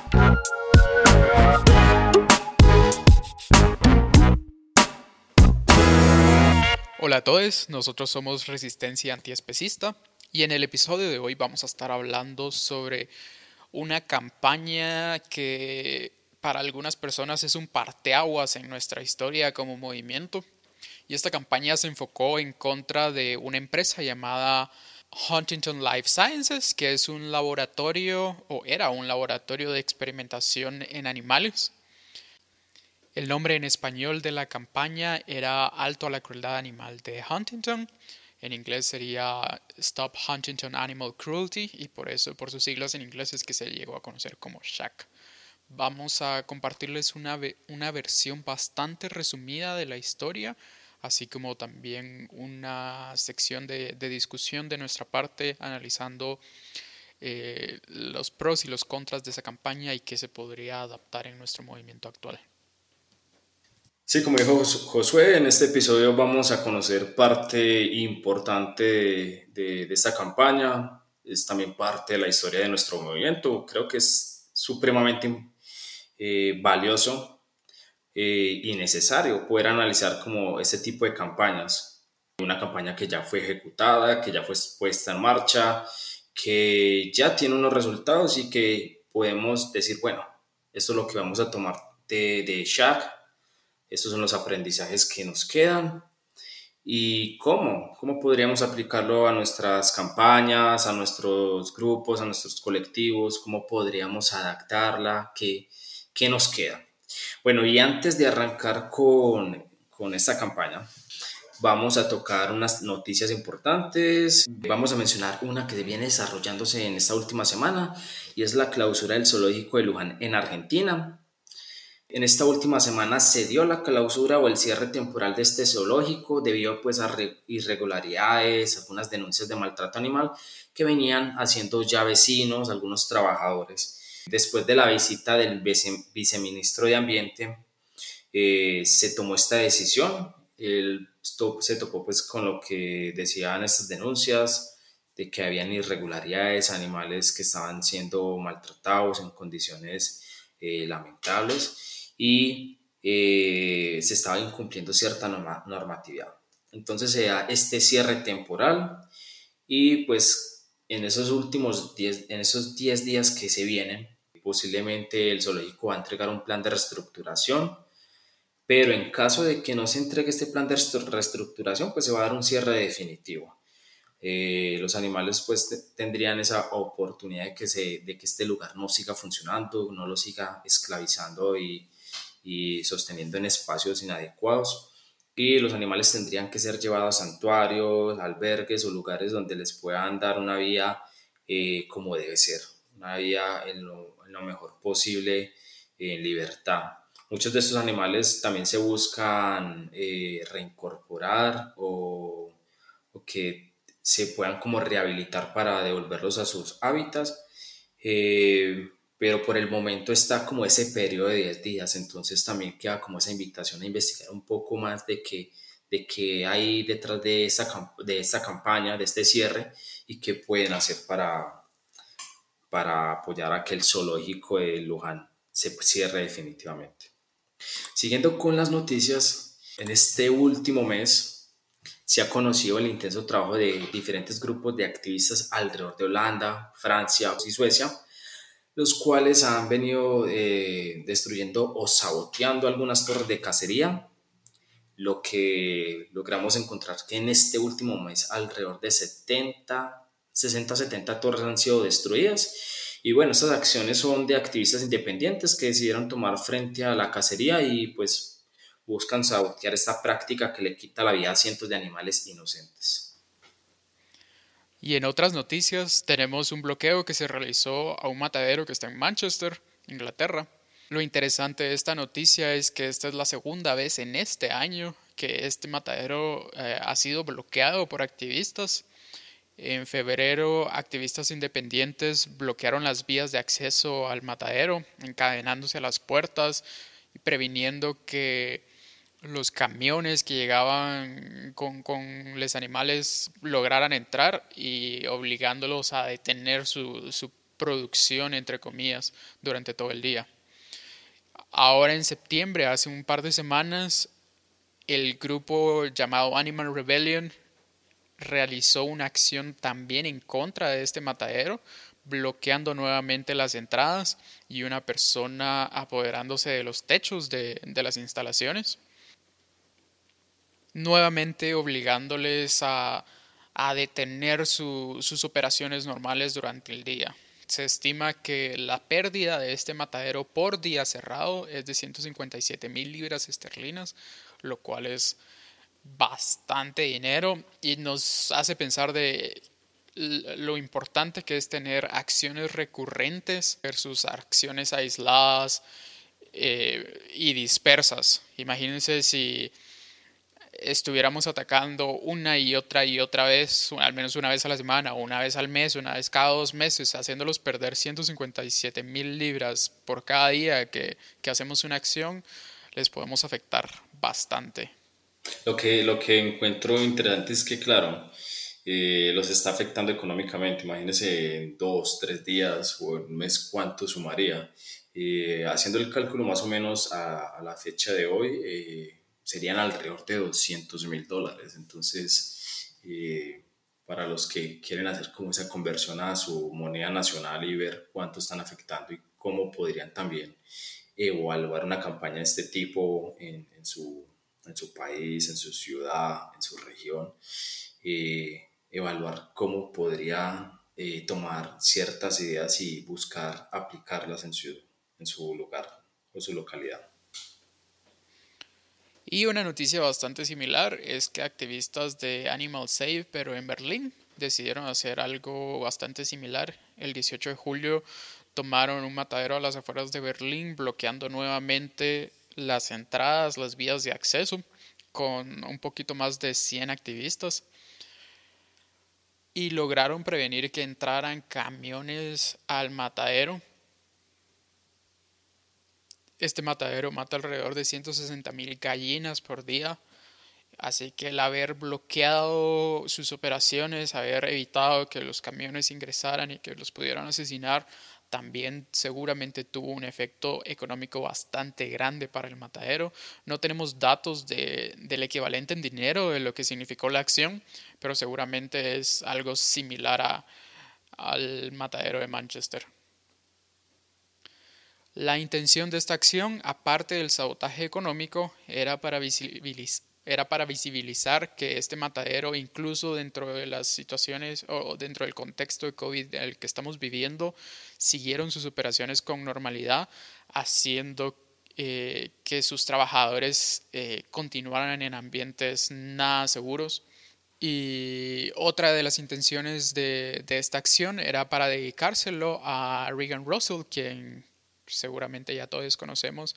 Hola a todos, nosotros somos Resistencia Antiespecista y en el episodio de hoy vamos a estar hablando sobre una campaña que para algunas personas es un parteaguas en nuestra historia como movimiento. Y esta campaña se enfocó en contra de una empresa llamada Huntington Life Sciences, que es un laboratorio o era un laboratorio de experimentación en animales. El nombre en español de la campaña era Alto a la crueldad animal de Huntington. En inglés sería Stop Huntington Animal Cruelty y por eso, por sus siglas en inglés, es que se llegó a conocer como SHAC. Vamos a compartirles una versión bastante resumida de la historia, así como también una sección de discusión de nuestra parte analizando los pros y los contras de esa campaña y qué se podría adaptar en nuestro movimiento actual. Sí, como dijo Josué, en este episodio vamos a conocer parte importante de esta campaña. Es también parte de la historia de nuestro movimiento. Creo que es supremamente valioso y necesario poder analizar como este tipo de campañas. Una campaña que ya fue ejecutada, que ya fue puesta en marcha, que ya tiene unos resultados y que podemos decir, bueno, esto es lo que vamos a tomar de SHAC. Estos son los aprendizajes que nos quedan. ¿Y cómo podríamos aplicarlo a nuestras campañas, a nuestros grupos, a nuestros colectivos? ¿Cómo podríamos adaptarla? ¿Qué nos queda? Bueno, y antes de arrancar con esta campaña, vamos a tocar unas noticias importantes. Vamos a mencionar una que viene desarrollándose en esta última semana y es la clausura del zoológico de Luján en Argentina. En esta última semana se dio la clausura o el cierre temporal de este zoológico debido pues a irregularidades, algunas denuncias de maltrato animal que venían haciendo ya vecinos, algunos trabajadores. Después de la visita del viceministro de Ambiente, se tomó esta decisión. Se topó pues con lo que decían estas denuncias de que habían irregularidades, animales que estaban siendo maltratados en condiciones lamentables y se estaba incumpliendo cierta normatividad. Entonces se da este cierre temporal y pues en esos 10 días que se vienen, posiblemente el zoológico va a entregar un plan de reestructuración, pero en caso de que no se entregue este plan de reestructuración, pues se va a dar un cierre definitivo. Los animales pues tendrían esa oportunidad de que este lugar no siga funcionando, no lo siga esclavizando y sosteniendo en espacios inadecuados. Y los animales tendrían que ser llevados a santuarios, albergues o lugares donde les puedan dar una vida como debe ser, una vida en lo mejor posible, en libertad. Muchos de estos animales también se buscan reincorporar o que se puedan como rehabilitar para devolverlos a sus hábitats, pero por el momento está como ese periodo de 10 días, entonces también queda como esa invitación a investigar un poco más de qué hay detrás de esta campaña, de este cierre y qué pueden hacer para apoyar a que el zoológico de Luján se cierre definitivamente. Siguiendo con las noticias, en este último mes se ha conocido el intenso trabajo de diferentes grupos de activistas alrededor de Holanda, Francia y Suecia, los cuales han venido destruyendo o saboteando algunas torres de cacería, lo que logramos encontrar que en este último mes alrededor de 70 torres han sido destruidas. Y bueno, estas acciones son de activistas independientes que decidieron tomar frente a la cacería y pues buscan sabotear esta práctica que le quita la vida a cientos de animales inocentes. Y en otras noticias tenemos un bloqueo que se realizó a un matadero que está en Manchester, Inglaterra. Lo interesante de esta noticia es que esta es la segunda vez en este año que este matadero ha sido bloqueado por activistas. En febrero, activistas independientes bloquearon las vías de acceso al matadero, encadenándose a las puertas y previniendo que los camiones que llegaban con los animales lograran entrar y obligándolos a detener su producción, entre comillas, durante todo el día. Ahora en septiembre, hace un par de semanas, el grupo llamado Animal Rebellion realizó una acción también en contra de este matadero, bloqueando nuevamente las entradas y una persona apoderándose de los techos de las instalaciones, nuevamente obligándoles a detener sus operaciones normales durante el día. Se estima que la pérdida de este matadero por día cerrado es de 157.000 libras esterlinas, lo cual es bastante dinero y nos hace pensar de lo importante que es tener acciones recurrentes versus acciones aisladas y dispersas. Imagínense si estuviéramos atacando una y otra vez, al menos una vez a la semana, o una vez al mes, una vez cada 2 meses, haciéndolos perder 157.000 libras por cada día que hacemos una acción, les podemos afectar bastante. Lo que encuentro interesante es que, claro, los está afectando económicamente. Imagínense en 2, 3 días o en un mes cuánto sumaría. Haciendo el cálculo más o menos a la fecha de hoy, serían alrededor de $200.000. Entonces, para los que quieren hacer como esa conversión a su moneda nacional y ver cuánto están afectando y cómo podrían también evaluar una campaña de este tipo en su país, en su ciudad, en su región, evaluar cómo podría tomar ciertas ideas y buscar aplicarlas en su lugar o su localidad. Y una noticia bastante similar es que activistas de Animal Save, pero en Berlín, decidieron hacer algo bastante similar. El 18 de julio tomaron un matadero a las afueras de Berlín, bloqueando nuevamente las entradas, las vías de acceso, con un poquito más de 100 activistas. Y lograron prevenir que entraran camiones al matadero. Este matadero mata alrededor de 160.000 gallinas por día. Así que el haber bloqueado sus operaciones, haber evitado que los camiones ingresaran y que los pudieran asesinar, también seguramente tuvo un efecto económico bastante grande para el matadero. No tenemos datos del equivalente en dinero de lo que significó la acción, pero seguramente es algo similar al matadero de Manchester. La intención de esta acción, aparte del sabotaje económico, era para visibilizar que este matadero, incluso dentro de las situaciones o dentro del contexto de COVID en el que estamos viviendo, siguieron sus operaciones con normalidad, haciendo que sus trabajadores continuaran en ambientes nada seguros. Y otra de las intenciones de esta acción era para dedicárselo a Regan Russell, quien seguramente ya todos conocemos.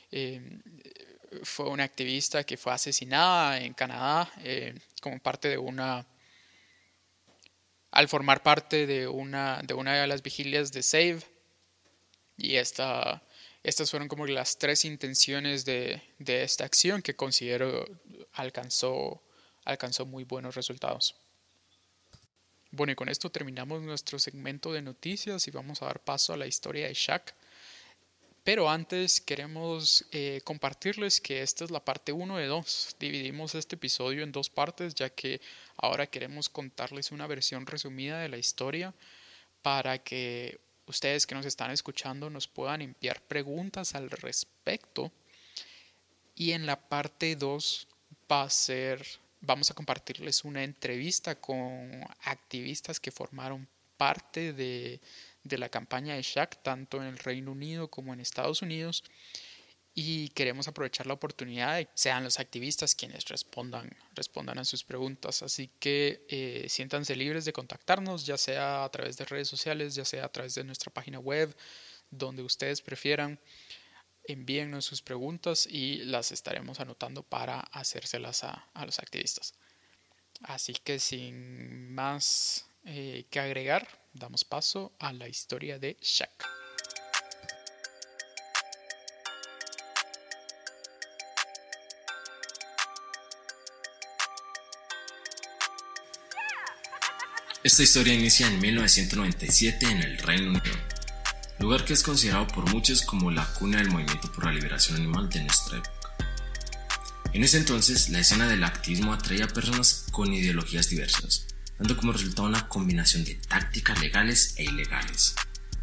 Fue una activista que fue asesinada en Canadá como parte de al formar parte de una de las vigilias de Save. Y estas fueron como las tres intenciones de esta acción que considero alcanzó muy buenos resultados. Bueno, y con esto terminamos nuestro segmento de noticias y vamos a dar paso a la historia de Shaq. Pero antes queremos compartirles que esta es la parte 1 de 2. Dividimos este episodio en 2 partes, ya que ahora queremos contarles una versión resumida de la historia para que ustedes que nos están escuchando nos puedan enviar preguntas al respecto. Y en la parte 2 vamos a compartirles una entrevista con activistas que formaron parte de la campaña de Shaq, tanto en el Reino Unido como en Estados Unidos, y queremos aprovechar la oportunidad de que sean los activistas quienes respondan a sus preguntas. Así que siéntanse libres de contactarnos, ya sea a través de redes sociales, ya sea a través de nuestra página web, donde ustedes prefieran. Envíennos sus preguntas y las estaremos anotando para hacérselas a los activistas. Así que sin más que agregar, damos paso a la historia de Shaq. Esta historia inicia en 1997 en el Reino Unido, lugar que es considerado por muchos como la cuna del movimiento por la liberación animal de nuestra época. En ese entonces, la escena del activismo atraía a personas con ideologías diversas, dando como resultado una combinación de tácticas legales e ilegales.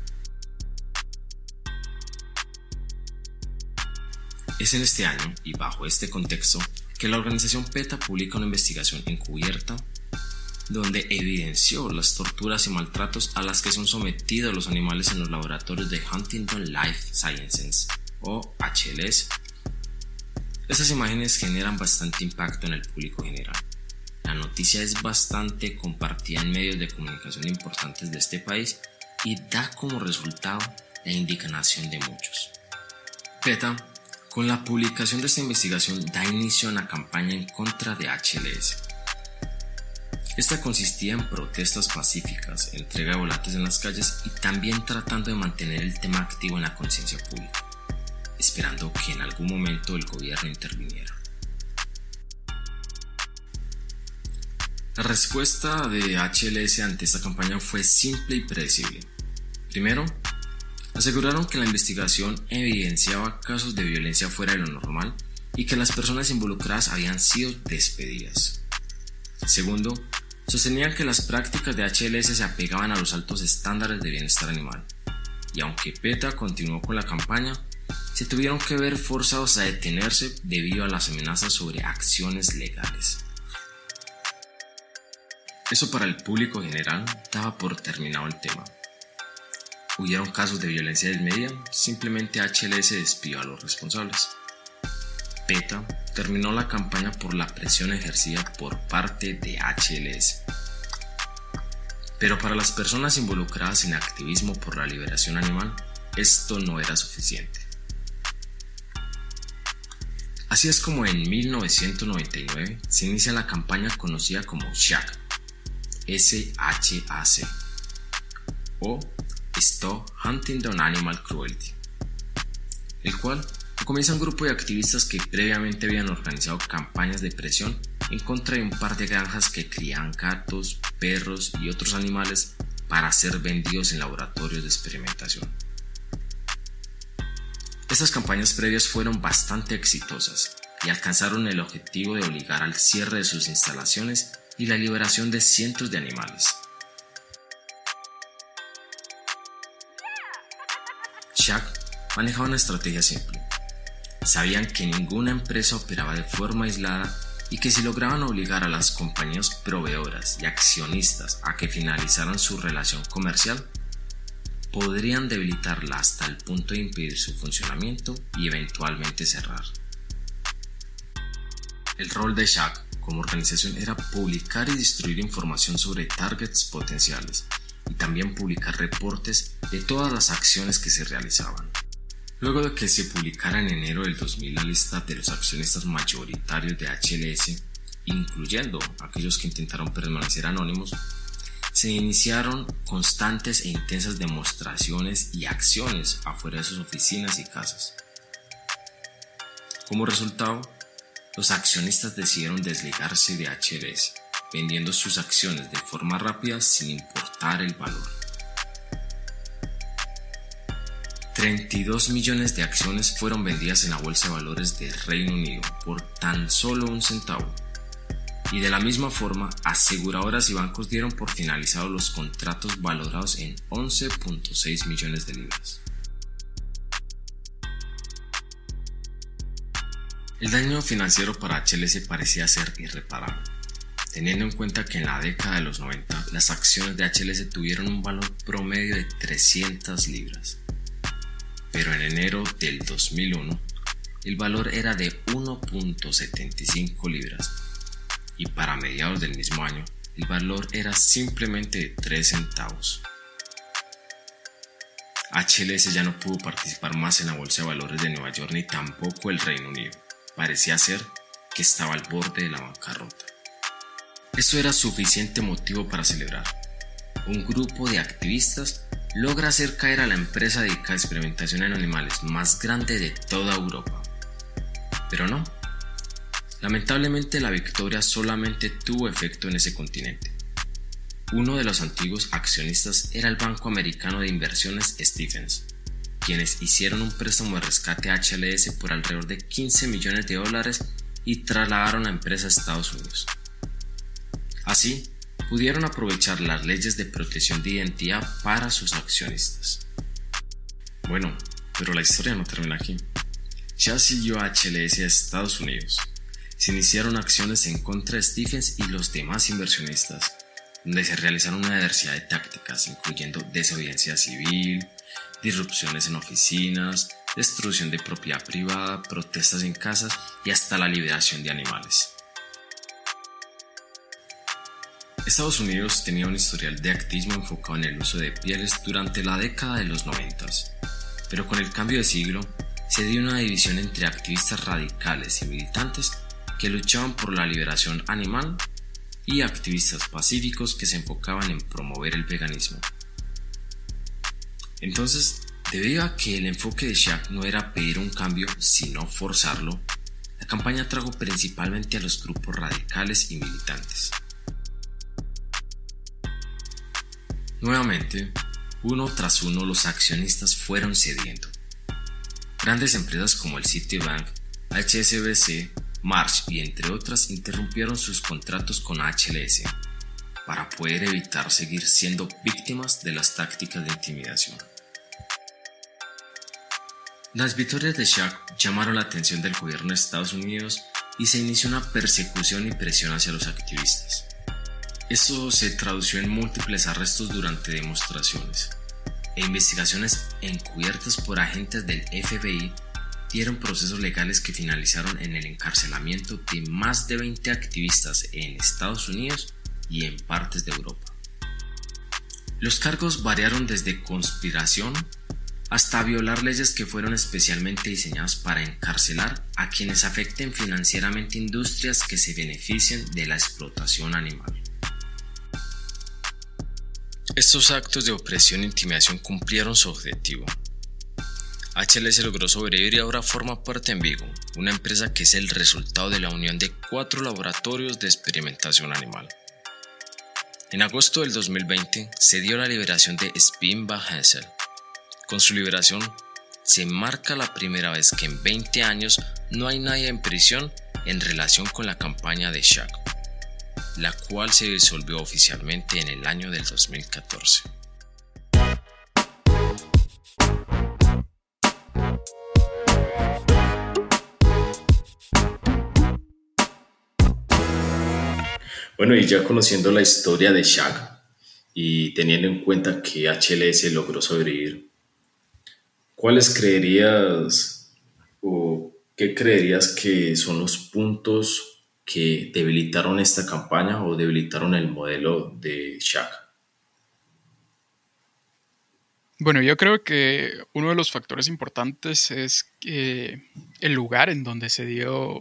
Es en este año, y bajo este contexto, que la organización PETA publica una investigación encubierta donde evidenció las torturas y maltratos a las que son sometidos los animales en los laboratorios de Huntington Life Sciences, o HLS. Estas imágenes generan bastante impacto en el público general. La noticia es bastante compartida en medios de comunicación importantes de este país y da como resultado la indignación de muchos. PETA, con la publicación de esta investigación, da inicio a una campaña en contra de HLS. Esta consistía en protestas pacíficas, entrega de volantes en las calles y también tratando de mantener el tema activo en la conciencia pública, esperando que en algún momento el gobierno interviniera. La respuesta de HLS ante esta campaña fue simple y predecible. Primero, aseguraron que la investigación evidenciaba casos de violencia fuera de lo normal y que las personas involucradas habían sido despedidas. Segundo, sostenían que las prácticas de HLS se apegaban a los altos estándares de bienestar animal, y aunque PETA continuó con la campaña, se tuvieron que ver forzados a detenerse debido a las amenazas sobre acciones legales. Eso para el público general daba por terminado el tema. Hubieron casos de violencia desmedida, simplemente HLS despidió a los responsables. PETA terminó la campaña por la presión ejercida por parte de HLS. Pero para las personas involucradas en activismo por la liberación animal, esto no era suficiente. Así es como en 1999 se inicia la campaña conocida como SHAC, SHAC, o Stop Huntington Animal Cruelty, el cual comienza un grupo de activistas que previamente habían organizado campañas de presión en contra de un par de granjas que crían gatos, perros y otros animales para ser vendidos en laboratorios de experimentación. Estas campañas previas fueron bastante exitosas y alcanzaron el objetivo de obligar al cierre de sus instalaciones y la liberación de cientos de animales. SHAC manejaba una estrategia simple. Sabían que ninguna empresa operaba de forma aislada y que si lograban obligar a las compañías proveedoras y accionistas a que finalizaran su relación comercial, podrían debilitarla hasta el punto de impedir su funcionamiento y eventualmente cerrar. El rol de SHAC como organización era publicar y distribuir información sobre targets potenciales y también publicar reportes de todas las acciones que se realizaban. Luego de que se publicara en enero del 2000 la lista de los accionistas mayoritarios de HLS, incluyendo aquellos que intentaron permanecer anónimos, se iniciaron constantes e intensas demostraciones y acciones afuera de sus oficinas y casas. Como resultado, los accionistas decidieron desligarse de HLS, vendiendo sus acciones de forma rápida sin importar el valor. 32 millones de acciones fueron vendidas en la bolsa de valores de Reino Unido por tan solo 1 centavo. Y de la misma forma, aseguradoras y bancos dieron por finalizados los contratos valorados en 11.6 millones de libras. El daño financiero para HLS parecía ser irreparable, teniendo en cuenta que en la década de los 90 las acciones de HLS tuvieron un valor promedio de 300 libras. Pero en enero del 2001 el valor era de 1.75 libras y para mediados del mismo año el valor era simplemente de 3 centavos. HLS ya no pudo participar más en la bolsa de valores de Nueva York ni tampoco el Reino Unido. Parecía ser que estaba al borde de la bancarrota. Esto era suficiente motivo para celebrar. Un grupo de activistas logra hacer caer a la empresa dedicada a experimentación en animales más grande de toda Europa. Pero no. Lamentablemente la victoria solamente tuvo efecto en ese continente. Uno de los antiguos accionistas era el banco americano de inversiones Stephens, quienes hicieron un préstamo de rescate a HLS por alrededor de $15 millones y trasladaron la empresa a Estados Unidos. Así, pudieron aprovechar las leyes de protección de identidad para sus accionistas. Bueno, pero la historia no termina aquí. Ya siguió HLS a Estados Unidos. Se iniciaron acciones en contra de Stephens y los demás inversionistas, donde se realizaron una diversidad de tácticas, incluyendo desobediencia civil, disrupciones en oficinas, destrucción de propiedad privada, protestas en casas y hasta la liberación de animales. Estados Unidos tenía un historial de activismo enfocado en el uso de pieles durante la década de los 90, pero con el cambio de siglo se dio una división entre activistas radicales y militantes que luchaban por la liberación animal y activistas pacíficos que se enfocaban en promover el veganismo. Entonces, debido a que el enfoque de Shaq no era pedir un cambio, sino forzarlo, la campaña atrajo principalmente a los grupos radicales y militantes. Nuevamente, uno tras uno los accionistas fueron cediendo. Grandes empresas como el Citibank, HSBC, Marsh y entre otras interrumpieron sus contratos con HLS para poder evitar seguir siendo víctimas de las tácticas de intimidación. Las victorias de Shaq llamaron la atención del gobierno de Estados Unidos y se inició una persecución y presión hacia los activistas. Esto se tradució en múltiples arrestos durante demostraciones e investigaciones encubiertas por agentes del FBI dieron procesos legales que finalizaron en el encarcelamiento de más de 20 activistas en Estados Unidos y en partes de Europa. Los cargos variaron desde conspiración hasta violar leyes que fueron especialmente diseñadas para encarcelar a quienes afecten financieramente industrias que se beneficien de la explotación animal. Estos actos de opresión e intimidación cumplieron su objetivo. HLS logró sobrevivir y ahora forma parte en Vigo, una empresa que es el resultado de la unión de 4 laboratorios de experimentación animal. En agosto del 2020 se dio la liberación de Spin van Hessel. Con su liberación, se marca la primera vez que en 20 años no hay nadie en prisión en relación con la campaña de Shaq, la cual se disolvió oficialmente en el año del 2014. Bueno, y ya conociendo la historia de Shaq y teniendo en cuenta que HLS logró sobrevivir, ¿cuáles creerías o qué creerías que son los puntos que debilitaron esta campaña o debilitaron el modelo de Shaq? Bueno, yo creo que uno de los factores importantes es el lugar en donde se dio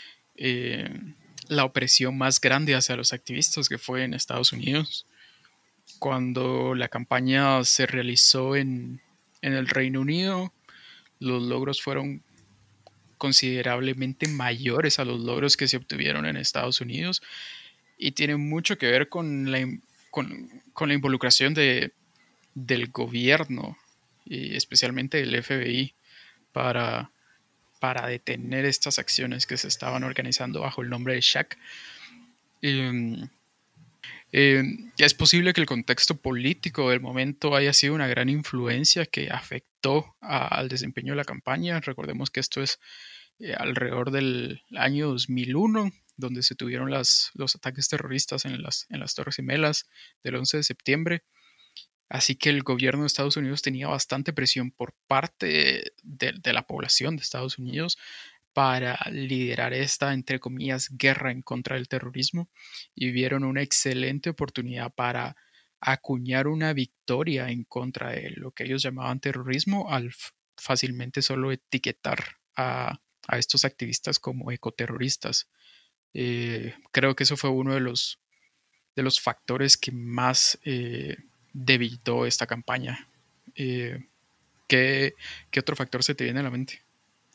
la opresión más grande hacia los activistas, que fue en Estados Unidos. Cuando la campaña se realizó en el Reino Unido, los logros fueron considerablemente mayores a los logros que se obtuvieron en Estados Unidos y tiene mucho que ver con la involucración del gobierno y especialmente del FBI para detener estas acciones que se estaban organizando bajo el nombre de Shaq. Es posible que el contexto político del momento haya sido una gran influencia que afectó al desempeño de la campaña. Recordemos que esto es alrededor del año 2001, donde se tuvieron los ataques terroristas en las Torres Gemelas del 11 de septiembre. Así que el gobierno de Estados Unidos tenía bastante presión por parte de la población de Estados Unidos para liderar esta, entre comillas, guerra en contra del terrorismo y vieron una excelente oportunidad para acuñar una victoria en contra de lo que ellos llamaban terrorismo al fácilmente solo etiquetar a estos activistas como ecoterroristas. Creo que eso fue uno de los factores que más debilitó esta campaña. ¿Qué otro factor se te viene a la mente?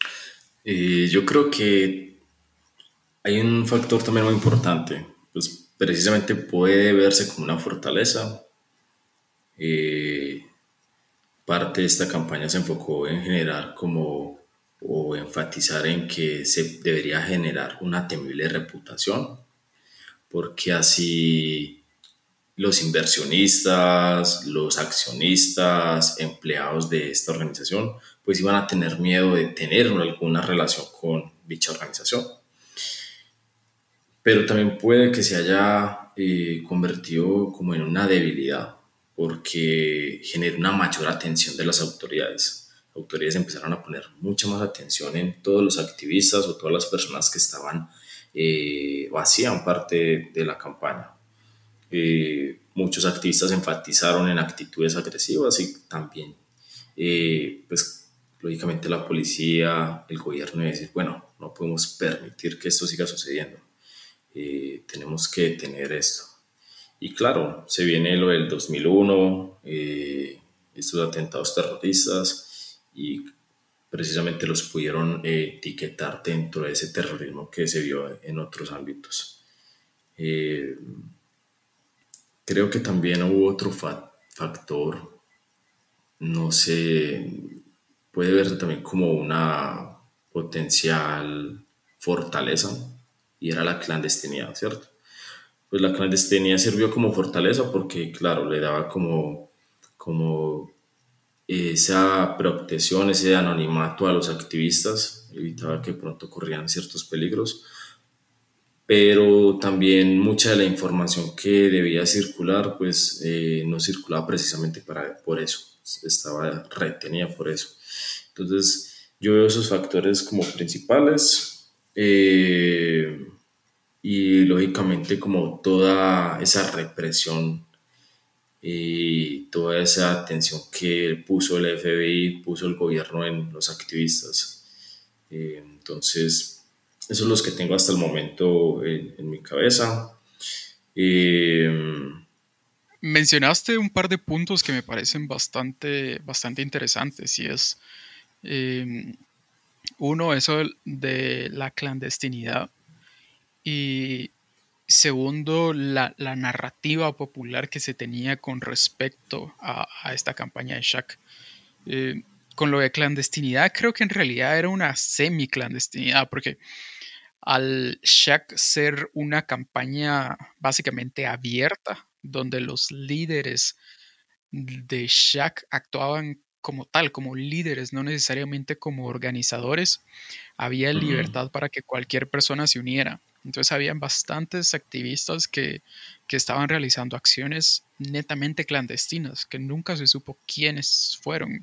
Yo creo que hay un factor también muy importante, pues precisamente puede verse como una fortaleza. Eh, Parte de esta campaña se enfocó en generar como o enfatizar en que se debería generar una temible reputación, porque así los inversionistas, los accionistas, empleados de esta organización, pues iban a tener miedo de tener alguna relación con dicha organización. Pero también puede que se haya convertido como en una debilidad, porque genera una mayor atención de las autoridades. Autoridades empezaron a poner mucha más atención en todos los activistas o todas las personas que estaban o hacían parte de la campaña. Muchos activistas enfatizaron en actitudes agresivas y también, pues, lógicamente la policía, el gobierno, decir, bueno, no podemos permitir que esto siga sucediendo. Tenemos que detener esto. Y claro, se viene lo del 2001, estos atentados terroristas, y precisamente los pudieron etiquetar dentro de ese terrorismo que se vio en otros ámbitos. Eh, Creo que también hubo otro factor, no sé, puede verse también como una potencial fortaleza, y era la clandestinidad, ¿cierto? Pues la clandestinidad sirvió como fortaleza porque, claro, le daba como esa protección, ese anonimato a los activistas, evitaba que pronto corrieran ciertos peligros, pero también mucha de la información que debía circular, pues no circulaba precisamente por eso, estaba retenida por eso. Entonces, yo veo esos factores como principales. Y lógicamente como toda esa represión y toda esa atención que puso el FBI, puso el gobierno en los activistas. Entonces, esos son los que tengo hasta el momento en mi cabeza. Eh, Mencionaste un par de puntos que me parecen bastante interesantes y es eh, uno, eso de la clandestinidad y segundo, la narrativa popular que se tenía con respecto a esta campaña de Shaq. Eh, con lo de clandestinidad, creo que en realidad era una semi-clandestinidad, porque al Shaq ser una campaña básicamente abierta, donde los líderes de Shaq actuaban como tal, como líderes, no necesariamente como organizadores, había Ujú. libertad para que cualquier persona se uniera. Entonces habían bastantes activistas que estaban realizando acciones netamente clandestinas, que nunca se supo quiénes fueron.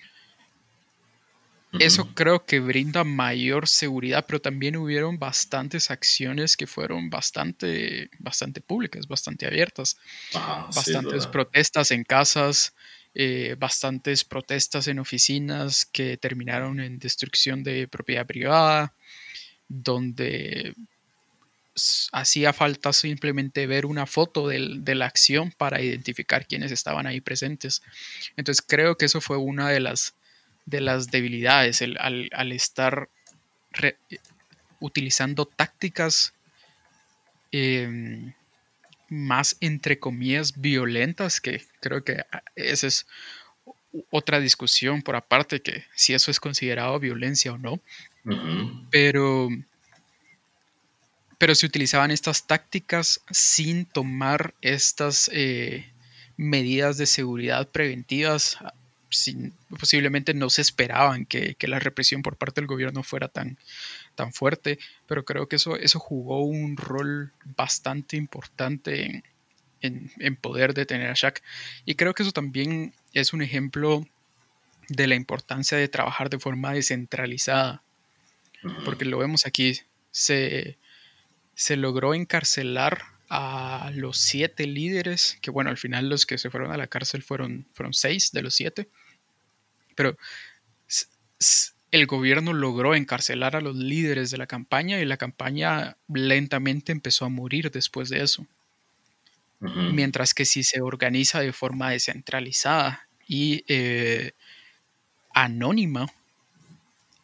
Eso creo que brinda mayor seguridad, pero también hubieron bastantes acciones que fueron bastante públicas, bastante abiertas. Ajá, sí, es Bastantes verdad. protestas en casas, bastantes protestas en oficinas que terminaron en destrucción de propiedad privada, donde hacía falta simplemente ver una foto de la acción para identificar quiénes estaban ahí presentes. Entonces creo que eso fue una de las debilidades, al estar re, utilizando tácticas eh, más entre comillas violentas, que creo que esa es otra discusión por aparte, que si eso es considerado violencia o no, Ujú, pero, pero se utilizaban estas tácticas sin tomar estas medidas de seguridad preventivas. Posiblemente no se esperaban que la represión por parte del gobierno fuera tan fuerte, pero creo que eso jugó un rol bastante importante en poder detener a Shaq. Y creo que eso también es un ejemplo de la importancia de trabajar de forma descentralizada, porque lo vemos aquí, se, se logró encarcelar a los 7 líderes, que bueno, al final los que se fueron a la cárcel fueron 6 de los 7, pero el gobierno logró encarcelar a los líderes de la campaña y la campaña lentamente empezó a morir después de eso. ujú. Mientras que si se organiza de forma descentralizada y anónima,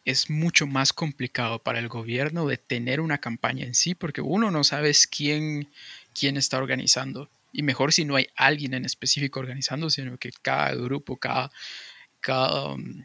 es mucho más complicado para el gobierno detener una campaña en sí, porque uno no sabe quién está organizando. Y mejor si no hay alguien en específico organizando, sino que cada grupo, cada, um,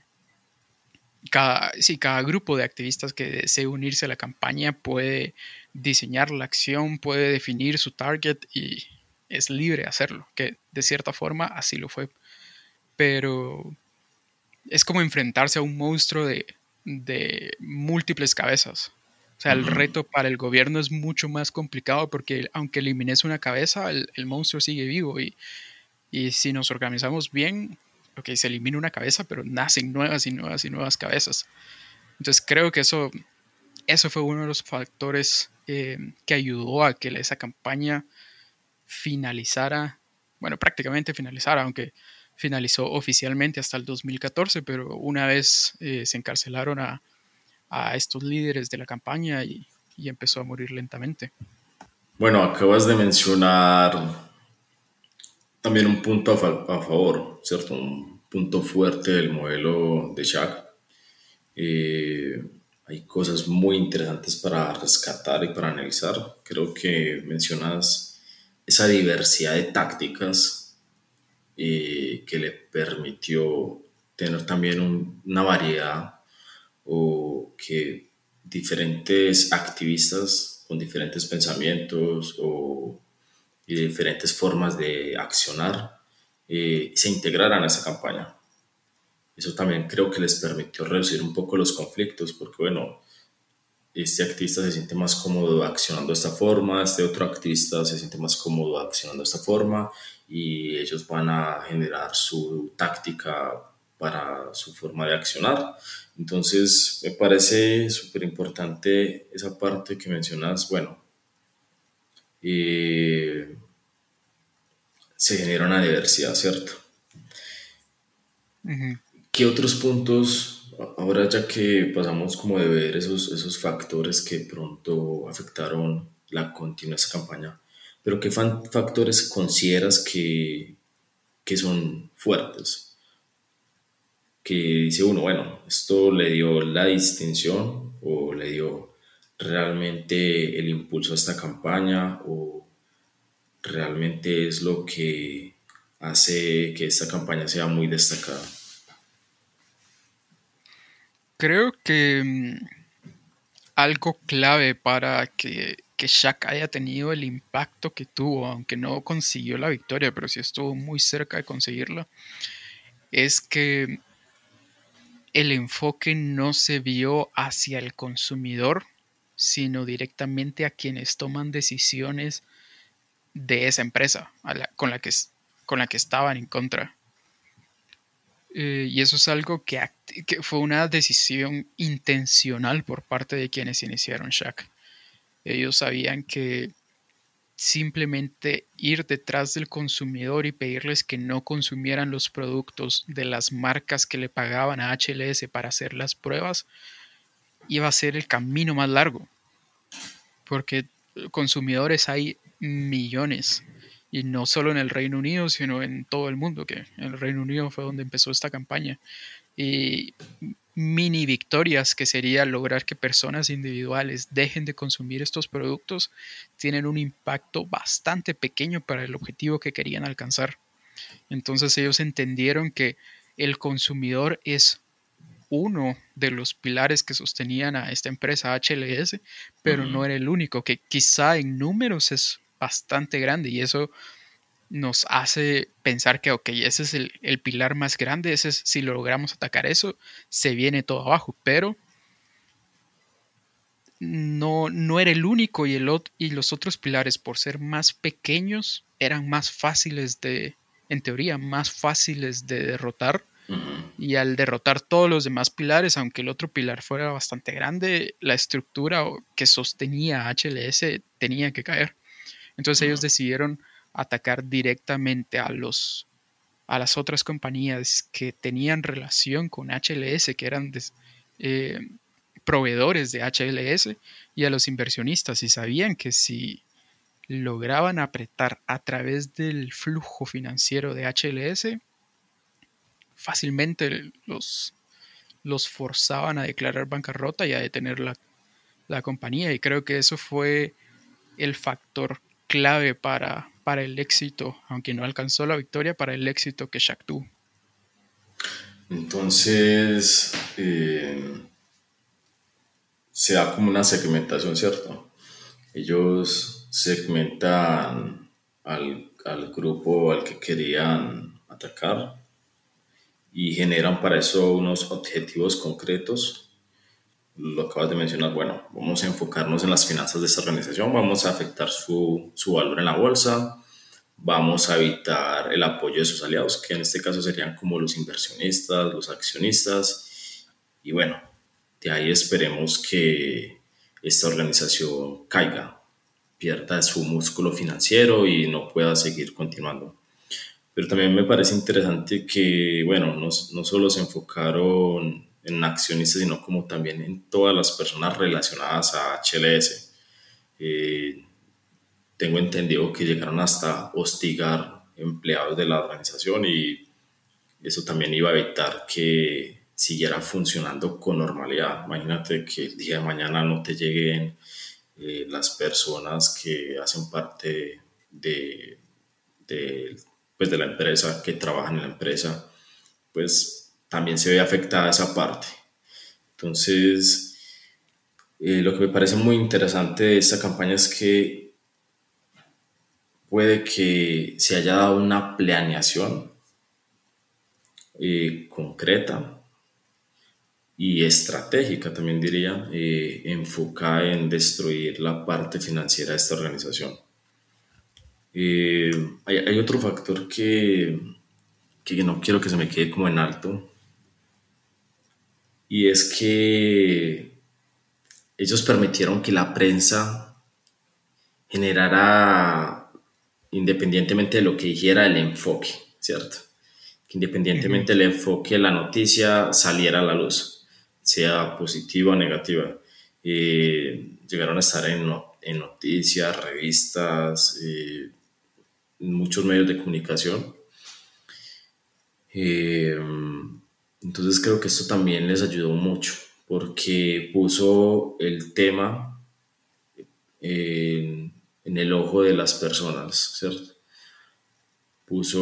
cada grupo de activistas que desee unirse a la campaña puede diseñar la acción, puede definir su target y es libre de hacerlo, que de cierta forma así lo fue. Pero es como enfrentarse a un monstruo de múltiples cabezas. O sea, el Ujú. reto para el gobierno es mucho más complicado porque aunque elimines una cabeza, el monstruo sigue vivo y si nos organizamos bien, ok, se elimina una cabeza, pero nacen nuevas y nuevas y nuevas cabezas. Entonces creo que eso fue uno de los factores que ayudó a que esa campaña finalizara, bueno, prácticamente finalizara, aunque finalizó oficialmente hasta el 2014, pero una vez se encarcelaron a estos líderes de la campaña y empezó a morir lentamente. Bueno, acabas de mencionar también un punto a favor, ¿cierto? Un punto fuerte del modelo de Shaq. Eh, Hay cosas muy interesantes para rescatar y para analizar. Creo que mencionas esa diversidad de tácticas que le permitió tener también una variedad o que diferentes activistas con diferentes pensamientos y diferentes formas de accionar se integraran a esa campaña. Eso también creo que les permitió reducir un poco los conflictos, porque bueno, este activista se siente más cómodo accionando de esta forma, este otro activista se siente más cómodo accionando de esta forma y ellos van a generar su táctica para su forma de accionar. Entonces, me parece súper importante esa parte que mencionas, bueno, eh, se genera una diversidad, ¿cierto? Ujú. ¿Qué otros puntos, ahora ya que pasamos como de ver esos factores que pronto afectaron la continuidad de esa campaña, pero qué factores consideras que son fuertes? Que dice uno, bueno, esto le dio la distinción o le dio realmente el impulso a esta campaña o realmente es lo que hace que esta campaña sea muy destacada. Creo que algo clave para que Shaq haya tenido el impacto que tuvo, aunque no consiguió la victoria, pero sí estuvo muy cerca de conseguirla, es que el enfoque no se vio hacia el consumidor, sino directamente a quienes toman decisiones de esa empresa con la que estaban en contra. Y eso es algo que fue una decisión intencional por parte de quienes iniciaron Shaq. Ellos sabían que simplemente ir detrás del consumidor y pedirles que no consumieran los productos de las marcas que le pagaban a HLS para hacer las pruebas iba a ser el camino más largo, porque consumidores hay millones, y no solo en el Reino Unido, sino en todo el mundo, que en el Reino Unido fue donde empezó esta campaña. Y mini victorias, que sería lograr que personas individuales dejen de consumir estos productos, tienen un impacto bastante pequeño para el objetivo que querían alcanzar. Entonces ellos entendieron que el consumidor es uno de los pilares que sostenían a esta empresa HLS, pero no era el único, que quizá en números es bastante grande y eso nos hace pensar que, ok, ese es el pilar más grande, ese es, si logramos atacar eso, se viene todo abajo, pero no era el único y los otros pilares, por ser más pequeños, eran más fáciles en teoría, más fáciles de derrotar. Y al derrotar todos los demás pilares, aunque el otro pilar fuera bastante grande, la estructura que sostenía HLS tenía que caer. Entonces ellos decidieron atacar directamente a las otras compañías que tenían relación con HLS, que eran eh, proveedores de HLS, y a los inversionistas, y sabían que si lograban apretar a través del flujo financiero de HLS, fácilmente los forzaban a declarar bancarrota y a detener la compañía. Y creo que eso fue el factor clave para el éxito, aunque no alcanzó la victoria, para el éxito que Shaq tuvo. Entonces, se da como una segmentación, ¿cierto? Ellos segmentan al grupo al que querían atacar y generan para eso unos objetivos concretos. Lo acabas de mencionar, bueno, vamos a enfocarnos en las finanzas de esta organización, vamos a afectar su valor en la bolsa, vamos a evitar el apoyo de sus aliados, que en este caso serían como los inversionistas, los accionistas, y bueno, de ahí esperemos que esta organización caiga, pierda su músculo financiero y no pueda seguir continuando. Pero también me parece interesante que, bueno, no solo se enfocaron en accionistas, sino como también en todas las personas relacionadas a HLS. Eh, Tengo entendido que llegaron hasta hostigar empleados de la organización y eso también iba a evitar que siguiera funcionando con normalidad. Imagínate que el día de mañana no te lleguen las personas que hacen parte de, de, pues de la empresa, que trabajan en la empresa, pues también se ve afectada esa parte. Entonces, lo que me parece muy interesante de esta campaña es que puede que se haya dado una planeación concreta y estratégica, también diría, enfocada en destruir la parte financiera de esta organización. Eh, hay otro factor que no quiero que se me quede como en alto, y es que ellos permitieron que la prensa generara, independientemente de lo que dijera, el enfoque, ¿cierto? Que Ujú. independientemente del enfoque, la noticia saliera a la luz, sea positiva o negativa. Llegaron a estar en noticias, revistas, muchos medios de comunicación. Eh, entonces creo que esto también les ayudó mucho porque puso el tema en el ojo de las personas, ¿cierto? Puso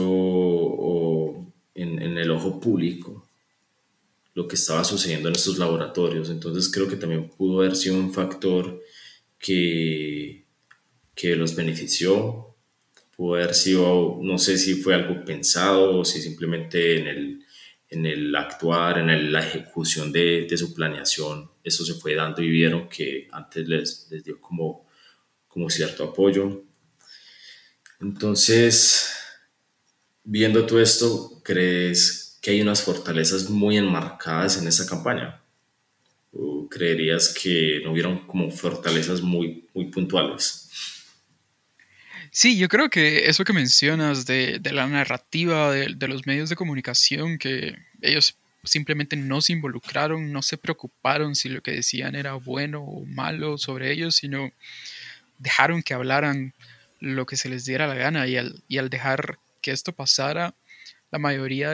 en el ojo público lo que estaba sucediendo en estos laboratorios. Entonces creo que también pudo haber sido un factor que, que los benefició, pudo haber sido, no sé si fue algo pensado o si simplemente en el actuar, la ejecución de su planeación, eso se fue dando y vieron que antes les dio como cierto apoyo. Entonces, viendo todo esto, ¿crees que hay unas fortalezas muy enmarcadas en esta campaña? ¿O creerías que no hubieron como fortalezas muy puntuales? Sí, yo creo que eso que mencionas de la narrativa de los medios de comunicación, que ellos simplemente no se involucraron, no se preocuparon si lo que decían era bueno o malo sobre ellos, sino dejaron que hablaran lo que se les diera la gana y al dejar que esto pasara, la mayoría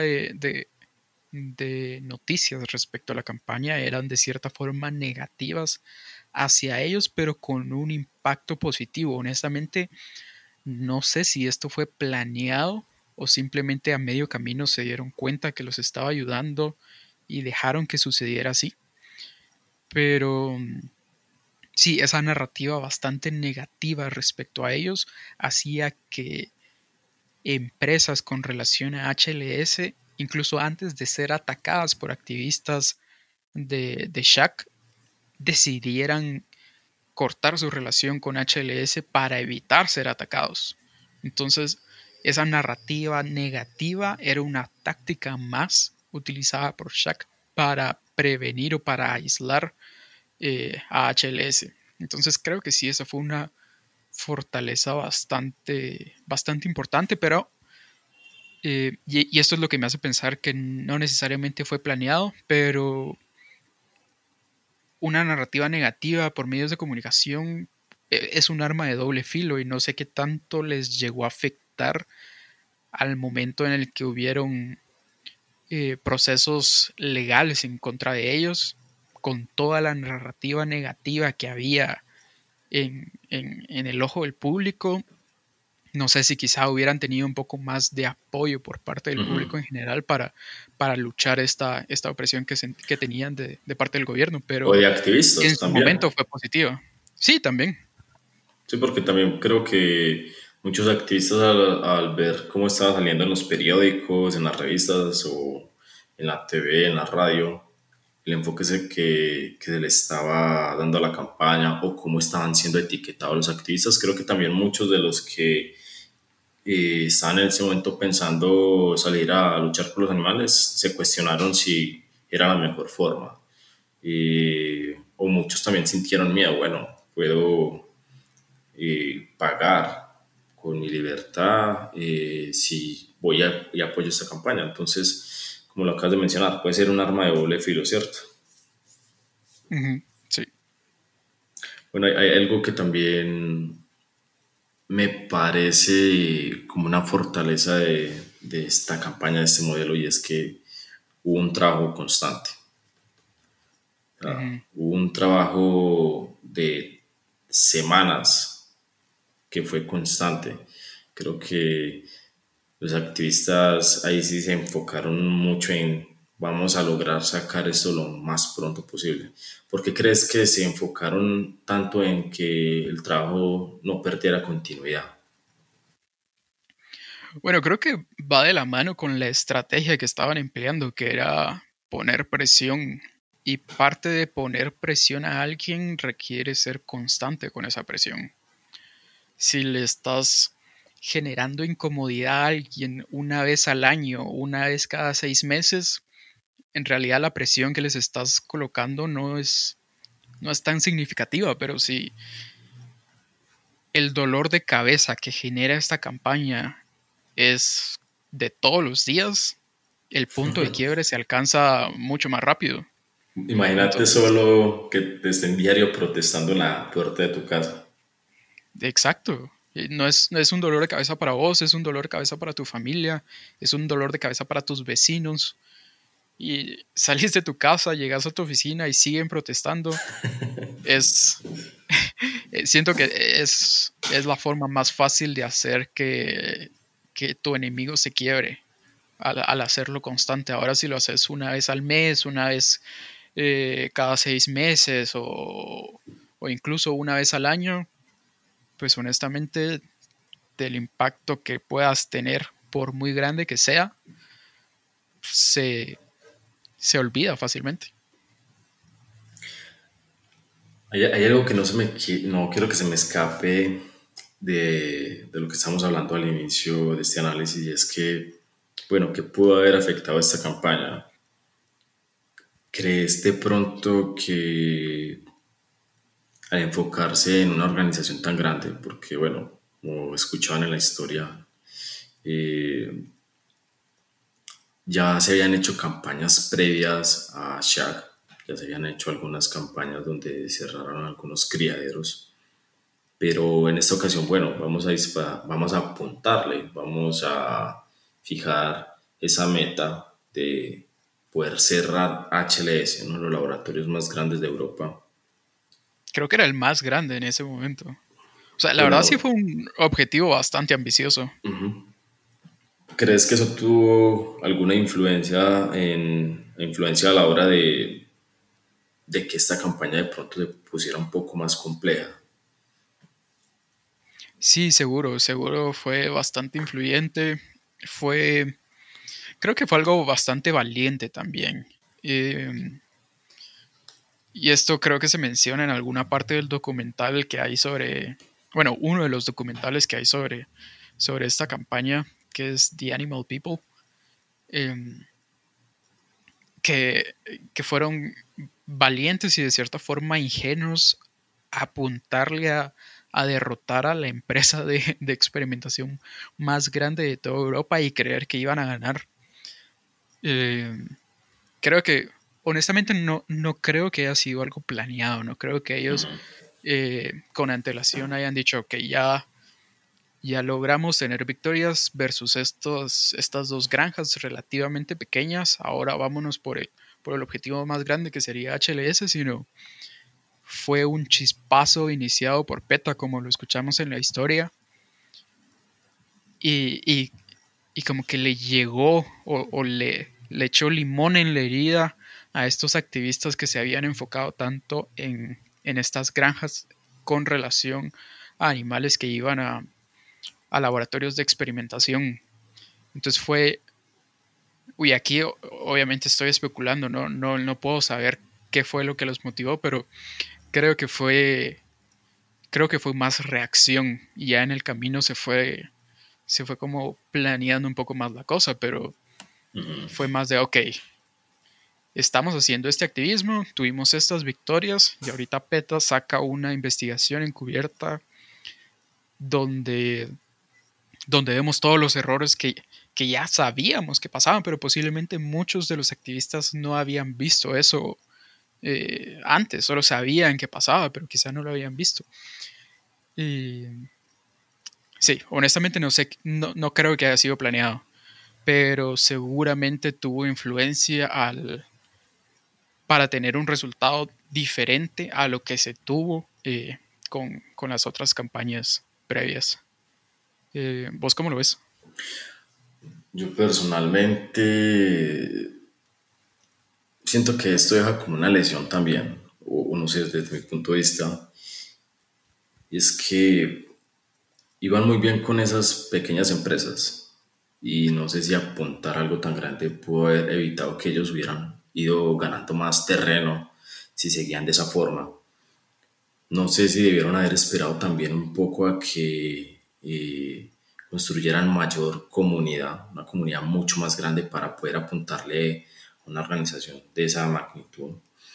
de noticias respecto a la campaña eran de cierta forma negativas hacia ellos, pero con un impacto positivo. Honestamente, no sé si esto fue planeado o simplemente a medio camino se dieron cuenta que los estaba ayudando y dejaron que sucediera así. Pero sí, esa narrativa bastante negativa respecto a ellos hacía que empresas con relación a HLS, incluso antes de ser atacadas por activistas de Shaq, decidieran cortar su relación con HLS para evitar ser atacados. Entonces, esa narrativa negativa era una táctica más utilizada por Shaq para prevenir o para aislar a HLS. Entonces, creo que sí, esa fue una fortaleza bastante importante, pero y esto es lo que me hace pensar que no necesariamente fue planeado, pero una narrativa negativa por medios de comunicación es un arma de doble filo y no sé qué tanto les llegó a afectar al momento en el que hubieron procesos legales en contra de ellos, con toda la narrativa negativa que había en el ojo del público. No sé si quizá hubieran tenido un poco más de apoyo por parte del Ujú. público en general para luchar esta opresión que tenían de parte del gobierno, O de pero en activistas su también. momento fue positivo. Sí, también. Sí, porque también creo que muchos activistas al ver cómo estaba saliendo en los periódicos, en las revistas o en la TV, en la radio, el enfoque que se le estaba dando a la campaña o cómo estaban siendo etiquetados los activistas, creo que también muchos de los que estaban en ese momento pensando salir a luchar por los animales se cuestionaron si era la mejor forma. O muchos también sintieron miedo, bueno, puedo pagar con mi libertad si voy y apoyo esta campaña. Entonces, como lo acabas de mencionar, puede ser un arma de doble filo, ¿cierto? Ujú, sí. Bueno, hay algo que también me parece como una fortaleza de esta campaña, de este modelo, y es que hubo un trabajo constante. Ujú. Hubo un trabajo de semanas que fue constante. Creo que los activistas ahí sí se enfocaron mucho en vamos a lograr sacar esto lo más pronto posible. ¿Por qué crees que se enfocaron tanto en que el trabajo no perdiera continuidad? Bueno, creo que va de la mano con la estrategia que estaban empleando, que era poner presión. Y parte de poner presión a alguien requiere ser constante con esa presión. Si le estás generando incomodidad a alguien una vez al año, una vez cada 6 meses, en realidad la presión que les estás colocando no es tan significativa, pero si el dolor de cabeza que genera esta campaña es de todos los días, el punto de quiebre se alcanza mucho más rápido. Imagínate Entonces, solo que te estén diario protestando en la puerta de tu casa. exacto. No es un dolor de cabeza para vos, es un dolor de cabeza para tu familia, es un dolor de cabeza para tus vecinos. Y salís de tu casa, llegas a tu oficina y siguen protestando. Es, siento que es la forma más fácil de hacer que tu enemigo se quiebre al hacerlo constante. Ahora si lo haces una vez al mes, una vez cada 6 meses o incluso una vez al año, pues honestamente del impacto que puedas tener, por muy grande que sea, se, se olvida fácilmente. Hay algo que no quiero que se me escape de lo que estamos hablando al inicio de este análisis y es que, bueno, ¿qué pudo haber afectado esta campaña? ¿Crees de pronto que al enfocarse en una organización tan grande, porque bueno, como escuchaban en la historia, eh, ya se habían hecho campañas previas a Shaq, ya se habían hecho algunas campañas donde cerraron algunos criaderos, pero en esta ocasión, bueno, vamos a apuntarle, vamos a fijar esa meta de poder cerrar HLS, uno de los laboratorios más grandes de Europa. Creo que era el más grande en ese momento. O sea, la verdad sí Bueno, fue un objetivo bastante ambicioso. ¿crees que eso tuvo alguna influencia a la hora de que esta campaña de pronto se pusiera un poco más compleja? Sí, seguro fue bastante influyente. Fue, creo que fue algo bastante valiente también. Eh, y esto creo que se menciona en alguna parte del documental que hay bueno, uno de los documentales que hay sobre esta campaña, que es The Animal People, eh, que, que fueron valientes y de cierta forma ingenuos a apuntarle a derrotar a la empresa de experimentación más grande de toda Europa y creer que iban a ganar. Eh, creo que, honestamente, no creo que haya sido algo planeado, no creo que ellos con antelación hayan dicho que ya Ya logramos tener victorias versus estas dos granjas relativamente pequeñas. Ahora vámonos por el objetivo más grande que sería HLS, sino fue un chispazo iniciado por PETA, como lo escuchamos en la historia, y, y, y como que le llegó o le echó limón en la herida a estos activistas que se habían enfocado tanto en estas granjas con relación a animales que iban a laboratorios de experimentación. Entonces fue, uy, aquí obviamente estoy especulando, no puedo saber qué fue lo que los motivó, pero creo que fue, creo que fue más reacción y ya en el camino se fue como planeando un poco más la cosa, pero fue más de, ok, estamos haciendo este activismo, tuvimos estas victorias y ahorita PETA saca una investigación encubierta donde, donde vemos todos los errores que ya sabíamos que pasaban, pero posiblemente muchos de los activistas no habían visto eso antes, solo sabían que pasaba, pero quizá no lo habían visto. Y sí, honestamente no sé, no creo que haya sido planeado, pero seguramente tuvo influencia para tener un resultado diferente a lo que se tuvo con las otras campañas previas. ¿Vos cómo lo ves? Yo personalmente siento que esto deja como una lesión también, o no sé, desde mi punto de vista, y es que iban muy bien con esas pequeñas empresas y no sé si apuntar algo tan grande pudo haber evitado que ellos hubieran ido ganando más terreno si seguían de esa forma. No sé si debieron haber esperado también un poco a que construyeran mayor comunidad, una comunidad mucho más grande para poder apuntarle a una organización de esa magnitud.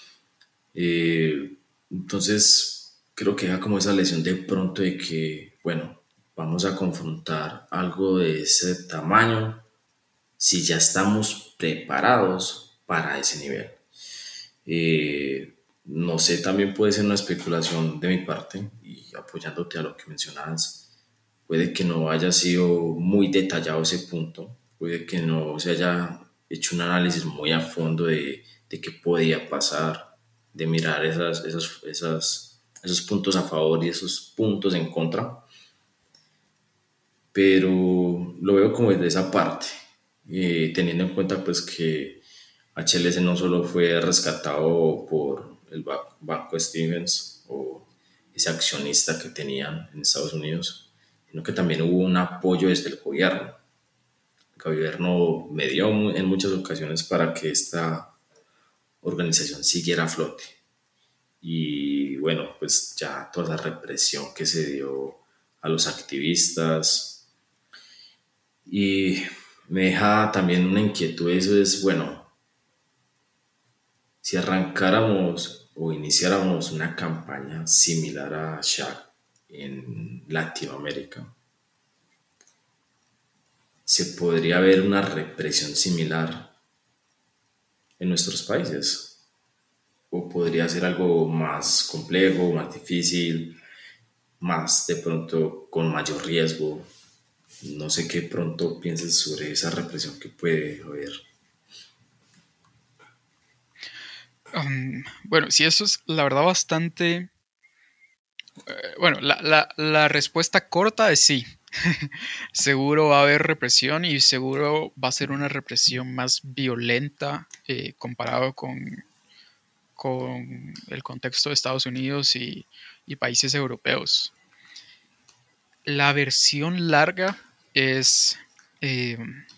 Entonces, creo que deja como esa lesión de pronto de que, bueno, vamos a confrontar algo de ese tamaño si ya estamos preparados para ese nivel. No sé, también puede ser una especulación de mi parte y apoyándote a lo que mencionabas, puede que no haya sido muy detallado ese punto, puede que no se haya hecho un análisis muy a fondo de qué podía pasar, de mirar esos puntos a favor y esos puntos en contra, pero lo veo como desde esa parte, teniendo en cuenta pues que HLS no solo fue rescatado por el Banco Stevens o ese accionista que tenían en Estados Unidos, sino que también hubo un apoyo desde el gobierno. El gobierno medió en muchas ocasiones para que esta organización siguiera a flote. Y bueno, pues ya toda la represión que se dio a los activistas. Y me deja también una inquietud, eso es, bueno, si arrancáramos o iniciáramos una campaña similar a Shaq en Latinoamérica, se podría ver una represión similar en nuestros países. O podría ser algo más complejo, más difícil, más de pronto con mayor riesgo. No sé qué pronto pienses sobre esa represión que puede haber. Bueno, sí, eso es la verdad bastante... bueno, la respuesta corta es sí. Seguro va a haber represión y seguro va a ser una represión más violenta comparado con el contexto de Estados Unidos y países europeos. La versión larga es... eh,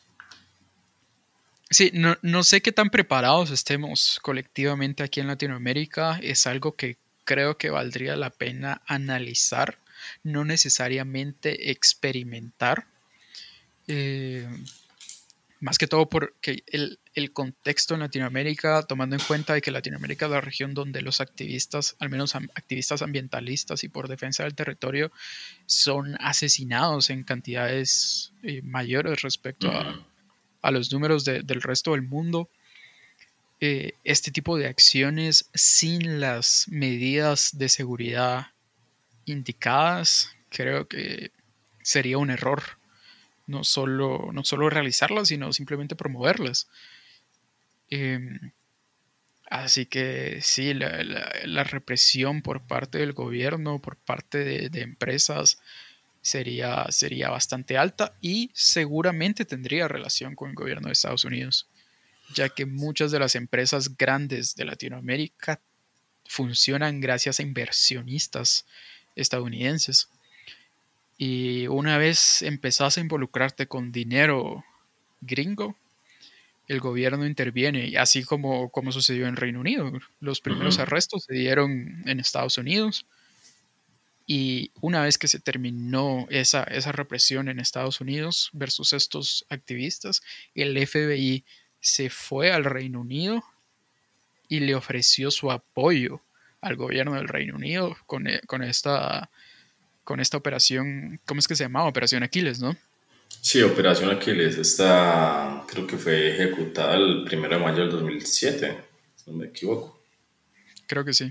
sí, no sé qué tan preparados estemos colectivamente aquí en Latinoamérica. Es algo que creo que valdría la pena analizar, no necesariamente experimentar. Eh, Más que todo porque el contexto en Latinoamérica, tomando en cuenta de que Latinoamérica es la región donde los activistas, al menos activistas ambientalistas y por defensa del territorio, son asesinados en cantidades mayores respecto a los números del resto del mundo. Este tipo de acciones sin las medidas de seguridad indicadas, creo que sería un error no solo realizarlas, sino simplemente promoverlas. Eh, Así que sí, la represión por parte del gobierno, por parte de empresas, sería bastante alta y seguramente tendría relación con el gobierno de Estados Unidos, ya que muchas de las empresas grandes de Latinoamérica funcionan gracias a inversionistas estadounidenses. Y una vez empezás a involucrarte con dinero gringo, el gobierno interviene, así como sucedió en Reino Unido. Los primeros Ujú. arrestos se dieron en Estados Unidos y una vez que se terminó esa represión en Estados Unidos versus estos activistas, el FBI se fue al Reino Unido y le ofreció su apoyo al gobierno del Reino Unido con esta operación, ¿cómo es que se llamaba? Operación Aquiles, ¿no? Sí, Operación Aquiles, esta creo que fue ejecutada el 1 de mayo del 2007, si no me equivoco. Creo que sí.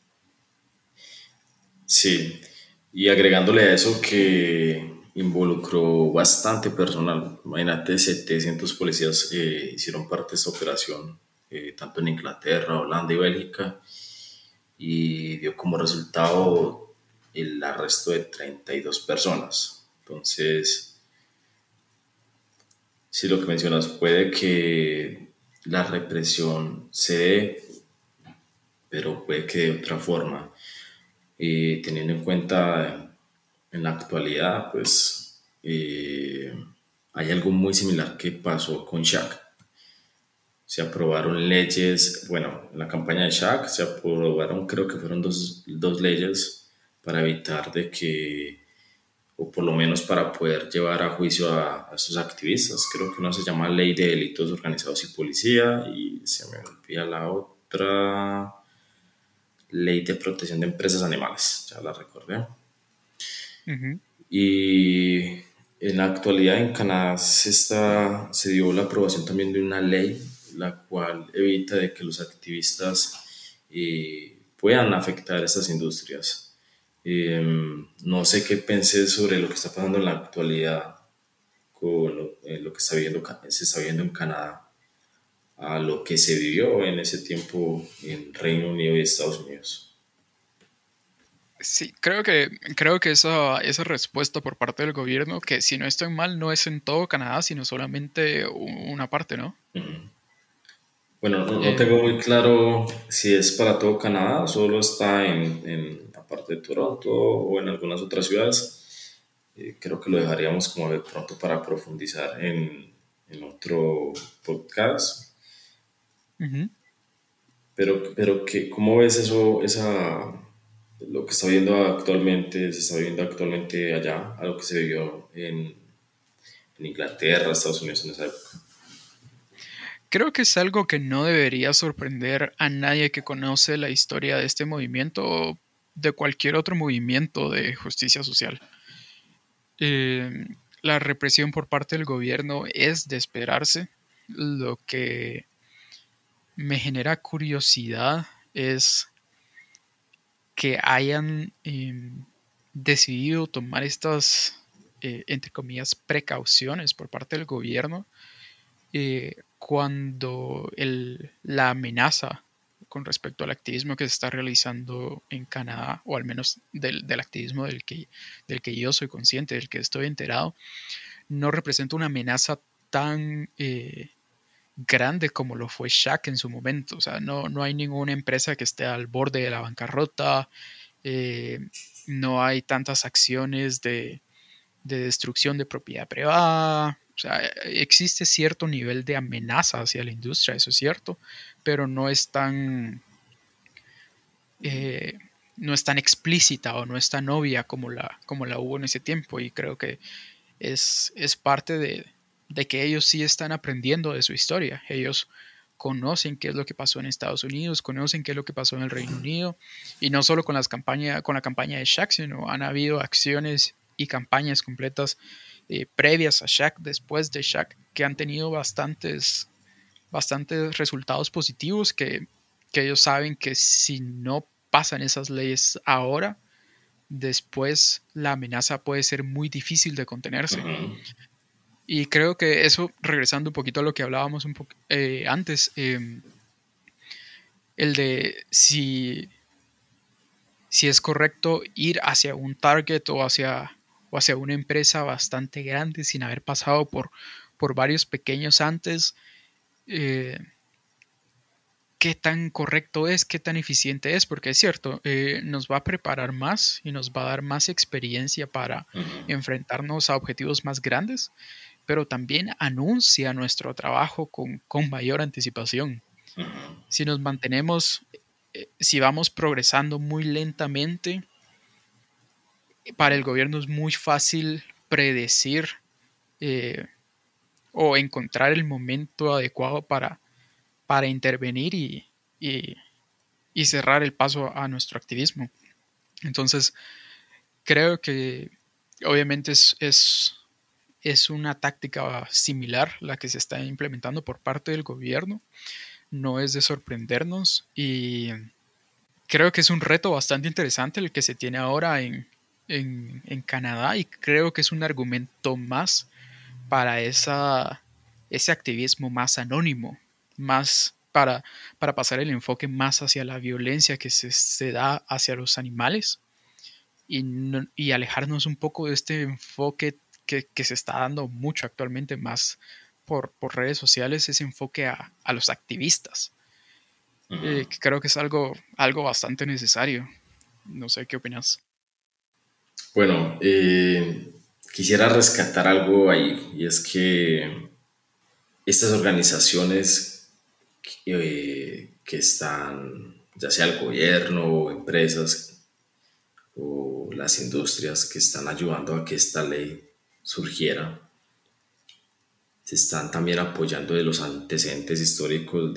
Sí, y agregándole a eso que involucró bastante personal, imagínate, 700 policías hicieron parte de esta operación, tanto en Inglaterra, Holanda y Bélgica, y dio como resultado el arresto de 32 personas. Entonces, sí, lo que mencionas, puede que la represión se dé, pero puede que de otra forma. Y teniendo en cuenta en la actualidad, pues hay algo muy similar que pasó con Shaq. Se aprobaron leyes, bueno, en la campaña de Shaq se aprobaron, creo que fueron dos leyes para evitar de que, o por lo menos para poder llevar a juicio a estos activistas. Creo que una se llama Ley de Delitos Organizados y Policía y se me olvida la otra, Ley de Protección de Empresas Animales, ya la recordé. Ujú. Y en la actualidad en Canadá se dio la aprobación también de una ley la cual evita de que los activistas puedan afectar estas industrias. No sé qué pensé sobre lo que está pasando en la actualidad con lo que se está viendo en Canadá a lo que se vivió en ese tiempo en Reino Unido y Estados Unidos. Sí, creo que esa respuesta por parte del gobierno, que si no estoy mal, no es en todo Canadá, sino solamente una parte, ¿no? Bueno, no Eh, tengo muy claro si es para todo Canadá, o solo está en la parte de Toronto o en algunas otras ciudades. Creo que lo dejaríamos como de pronto para profundizar en otro podcast. Ujú. Pero ¿cómo ves eso, lo que está viendo actualmente, se está viendo actualmente allá, a lo que se vivió en Inglaterra, Estados Unidos en esa época? Creo que es algo que no debería sorprender a nadie que conoce la historia de este movimiento o de cualquier otro movimiento de justicia social. Eh, la represión por parte del gobierno es de esperarse. Lo que me genera curiosidad es que hayan decidido tomar estas, entre comillas, precauciones por parte del gobierno cuando la amenaza con respecto al activismo que se está realizando en Canadá, o al menos del activismo del que yo soy consciente, del que estoy enterado, no representa una amenaza tan grande como lo fue Shaq en su momento. O sea, no hay ninguna empresa que esté al borde de la bancarrota, eh, no hay tantas acciones de destrucción de propiedad privada. O sea, existe cierto nivel de amenaza hacia la industria, eso es cierto, pero eh, no es tan explícita o no es tan obvia como la hubo en ese tiempo. Y creo que es parte de que ellos sí están aprendiendo de su historia. Ellos conocen qué es lo que pasó en Estados Unidos, conocen qué es lo que pasó en el Reino Unido, y no solo con la campaña de Shaq, sino han habido acciones y campañas completas previas a Shaq, después de Shaq, que han tenido bastantes resultados positivos que ellos saben que si no pasan esas leyes ahora, después la amenaza puede ser muy difícil de contenerse. Ujú, Y creo que eso, regresando un poquito a lo que hablábamos antes, el de si es correcto ir hacia un target o hacia una empresa bastante grande sin haber pasado por varios pequeños antes, eh, qué tan correcto es, qué tan eficiente es, porque es cierto, nos va a preparar más y nos va a dar más experiencia para ujú, enfrentarnos a objetivos más grandes, pero también anuncia nuestro trabajo con mayor anticipación. ujú, Si nos mantenemos, si vamos progresando muy lentamente, para el gobierno es muy fácil predecir eh, o encontrar el momento adecuado para intervenir y, y cerrar el paso a nuestro activismo. Entonces, creo que obviamente es una táctica similar la que se está implementando por parte del gobierno. No es de sorprendernos y creo que es un reto bastante interesante el que se tiene ahora en Canadá y creo que es un argumento más para ese activismo más anónimo, más para pasar el enfoque más hacia la violencia que se da hacia los animales y alejarnos un poco de este enfoque que se está dando mucho actualmente más por redes sociales, ese enfoque a los activistas, ujú. que creo que es algo bastante necesario. No sé qué opinas. Bueno, quisiera rescatar algo ahí, y es que estas organizaciones que están, ya sea el gobierno o empresas o las industrias que están ayudando a que esta ley surgiera, se están también apoyando de los antecedentes históricos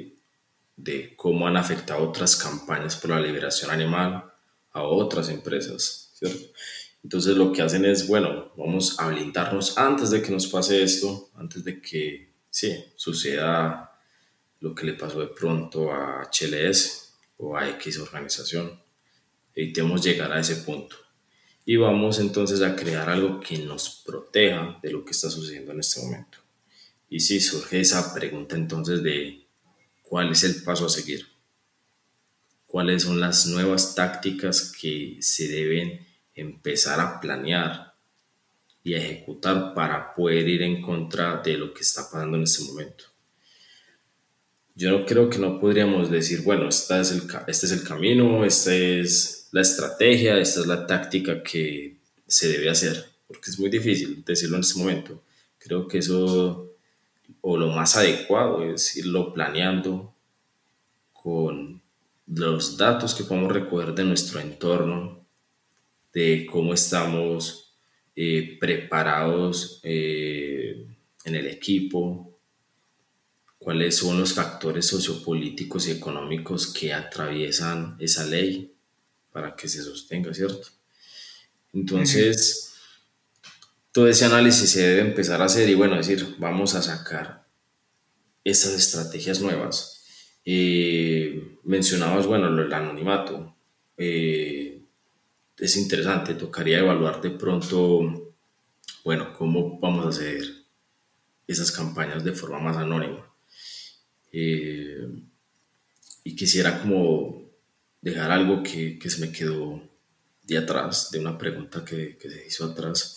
de cómo han afectado otras campañas por la liberación animal a otras empresas, ¿cierto? Entonces lo que hacen es, bueno, vamos a blindarnos antes de que nos pase esto, antes de que, sí, suceda lo que le pasó de pronto a HLS o a X organización. Evitemos llegar a ese punto. Y vamos entonces a crear algo que nos proteja de lo que está sucediendo en este momento. Y sí, surge esa pregunta entonces de cuál es el paso a seguir, cuáles son las nuevas tácticas que se deben empezar a planear y a ejecutar para poder ir en contra de lo que está pasando en este momento. Yo no creo que no podríamos decir, bueno, este es el camino, esta es la estrategia, esta es la táctica que se debe hacer, porque es muy difícil decirlo en este momento. Creo que eso, o lo más adecuado, es irlo planeando con los datos que podemos recoger de nuestro entorno, de cómo estamos preparados en el equipo, cuáles son los factores sociopolíticos y económicos que atraviesan esa ley para que se sostenga, ¿cierto? Ujú. Entonces, todo ese análisis se debe empezar a hacer y bueno, decir, vamos a sacar esas estrategias nuevas. Mencionabas, bueno, el anonimato. Es interesante, tocaría evaluar de pronto, bueno, cómo vamos a hacer esas campañas de forma más anónima. Eh, y quisiera como dejar algo que se me quedó de atrás, de una pregunta que se hizo atrás.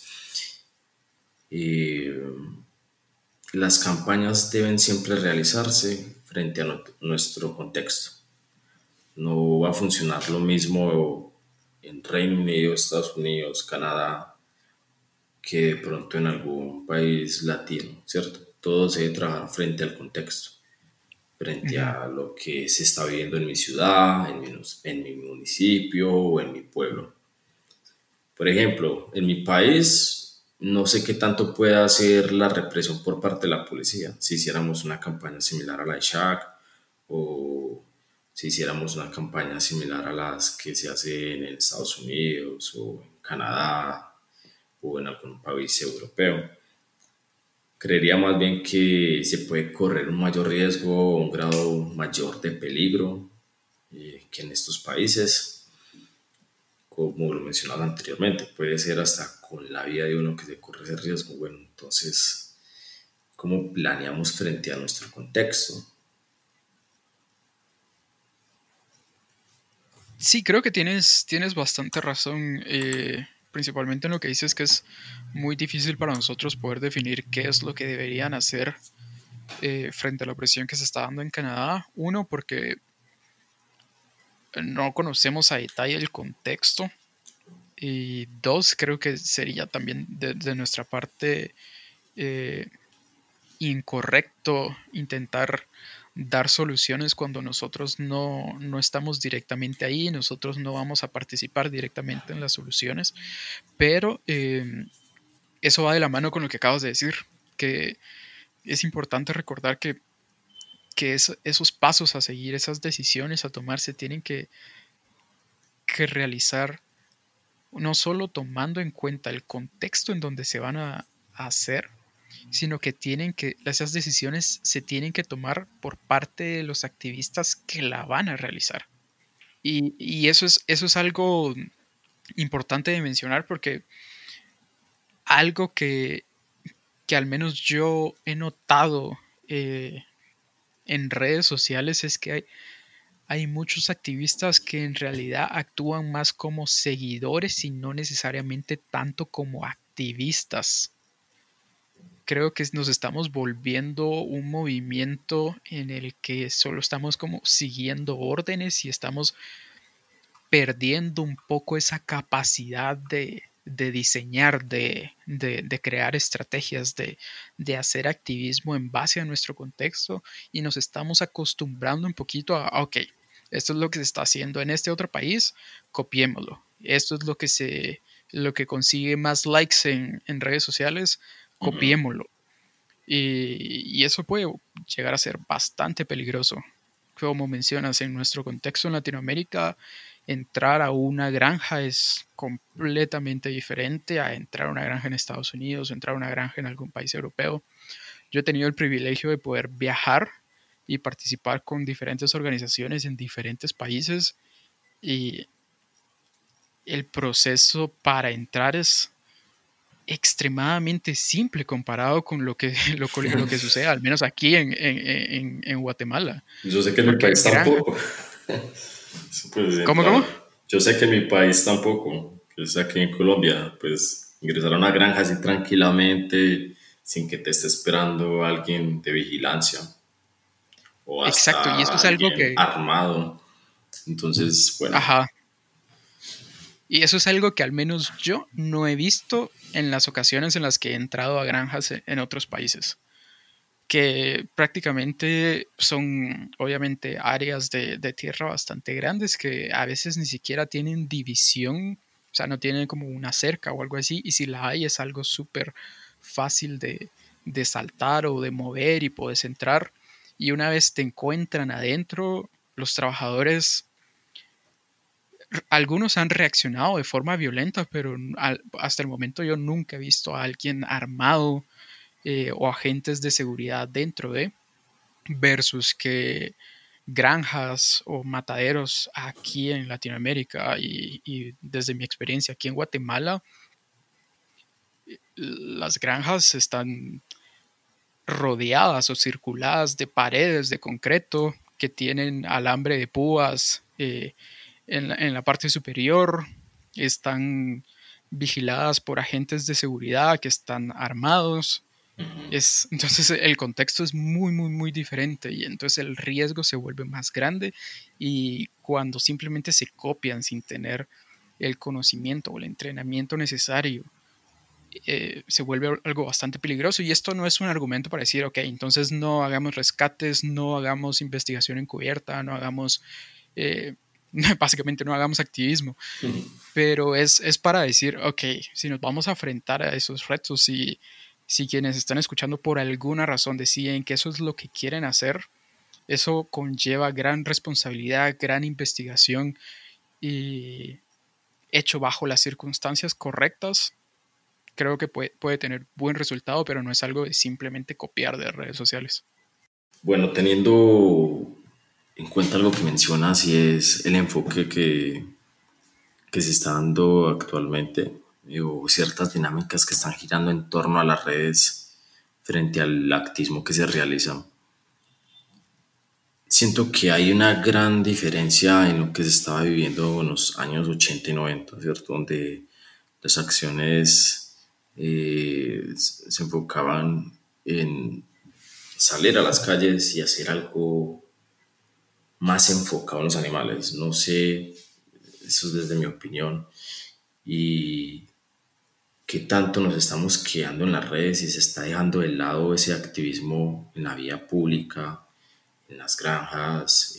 Eh, las campañas deben siempre realizarse frente a nuestro contexto. No va a funcionar lo mismo en Reino Unido, Estados Unidos, Canadá, que de pronto en algún país latino, ¿cierto? Todo se debe trabajar frente al contexto, frente Ujú. a lo que se está viviendo en mi ciudad, en mi municipio o en mi pueblo. Por ejemplo, en mi país no sé qué tanto puede hacer la represión por parte de la policía. Si hiciéramos una campaña similar a la de Shaq o si hiciéramos una campaña similar a las que se hacen en Estados Unidos o en Canadá o en algún país europeo. Creería más bien que se puede correr un mayor riesgo o un grado mayor de peligro que en estos países como lo mencionaba anteriormente, puede ser hasta con la vida de uno que se corre ese riesgo. Bueno, entonces, ¿cómo planeamos frente a nuestro contexto? Sí, creo que tienes bastante razón, principalmente en lo que dices que es muy difícil para nosotros poder definir qué es lo que deberían hacer frente a la opresión que se está dando en Canadá. Uno, porque no conocemos a detalle el contexto. Y dos, creo que sería también de nuestra parte eh, incorrecto intentar dar soluciones cuando nosotros no estamos directamente ahí, nosotros no vamos a participar directamente en las soluciones, pero eso va de la mano con lo que acabas de decir, que es importante recordar que esos pasos a seguir, esas decisiones a tomar, se tienen que realizar no solo tomando en cuenta el contexto en donde se van a hacer, sino que esas decisiones se tienen que tomar por parte de los activistas que la van a realizar. Y eso es algo importante de mencionar porque algo que al menos yo he notado en redes sociales es que hay muchos activistas que en realidad actúan más como seguidores y no necesariamente tanto como activistas. Creo que nos estamos volviendo un movimiento en el que solo estamos como siguiendo órdenes y estamos perdiendo un poco esa capacidad de diseñar, de crear estrategias, de hacer activismo en base a nuestro contexto y nos estamos acostumbrando un poquito ok, esto es lo que se está haciendo en este otro país, copiémoslo. Esto es lo que consigue más likes en redes sociales, Ujú. copiémoslo. Y eso puede llegar a ser bastante peligroso. Como mencionas, en nuestro contexto en Latinoamérica, entrar a una granja es completamente diferente a entrar a una granja en Estados Unidos, entrar a una granja en algún país europeo. Yo he tenido el privilegio de poder viajar y participar con diferentes organizaciones en diferentes países y el proceso para entrar es extremadamente simple comparado con lo que sucede, al menos aquí en Guatemala. Yo sé que en mi Porque país tampoco. Pues ¿Cómo, cómo? entrar, yo sé que en mi país tampoco, que es aquí en Colombia, pues ingresar a una granja así tranquilamente, sin que te esté esperando alguien de vigilancia o Exacto, y eso hasta es algo alguien que, armado. Entonces, bueno. ajá, y eso es algo que al menos yo no he visto en las ocasiones en las que he entrado a granjas en otros países, que prácticamente son obviamente áreas de tierra bastante grandes que a veces ni siquiera tienen división, o sea, no tienen como una cerca o algo así, y si la hay es algo súper fácil de saltar o de mover y puedes entrar. Y una vez te encuentran adentro, los trabajadores, algunos han reaccionado de forma violenta, pero hasta el momento yo nunca he visto a alguien armado o agentes de seguridad dentro de versus que granjas o mataderos aquí en Latinoamérica y desde mi experiencia aquí en Guatemala, las granjas están rodeadas o circuladas de paredes de concreto que tienen alambre de púas en la parte superior, están vigiladas por agentes de seguridad que están armados. Entonces el contexto es muy, muy, muy diferente y entonces el riesgo se vuelve más grande y cuando simplemente se copian sin tener el conocimiento o el entrenamiento necesario, se vuelve algo bastante peligroso y esto no es un argumento para decir, ok, entonces no hagamos rescates, no hagamos investigación encubierta, no hagamos, eh, básicamente no hagamos activismo, pero es para decir, ok, si nos vamos a enfrentar a esos retos y si quienes están escuchando por alguna razón deciden que eso es lo que quieren hacer, eso conlleva gran responsabilidad, gran investigación y hecho bajo las circunstancias correctas, creo que puede tener buen resultado, pero no es algo de simplemente copiar de redes sociales. Bueno, teniendo en cuenta algo que mencionas y es el enfoque que se está dando actualmente, o ciertas dinámicas que están girando en torno a las redes frente al activismo que se realiza. Siento que hay una gran diferencia en lo que se estaba viviendo en los años 80 y 90, ¿cierto? Donde las acciones se enfocaban en salir a las calles y hacer algo más enfocado en los animales. No sé, eso es desde mi opinión. Y qué tanto nos estamos quedando en las redes y se está dejando de lado ese activismo en la vía pública, en las granjas,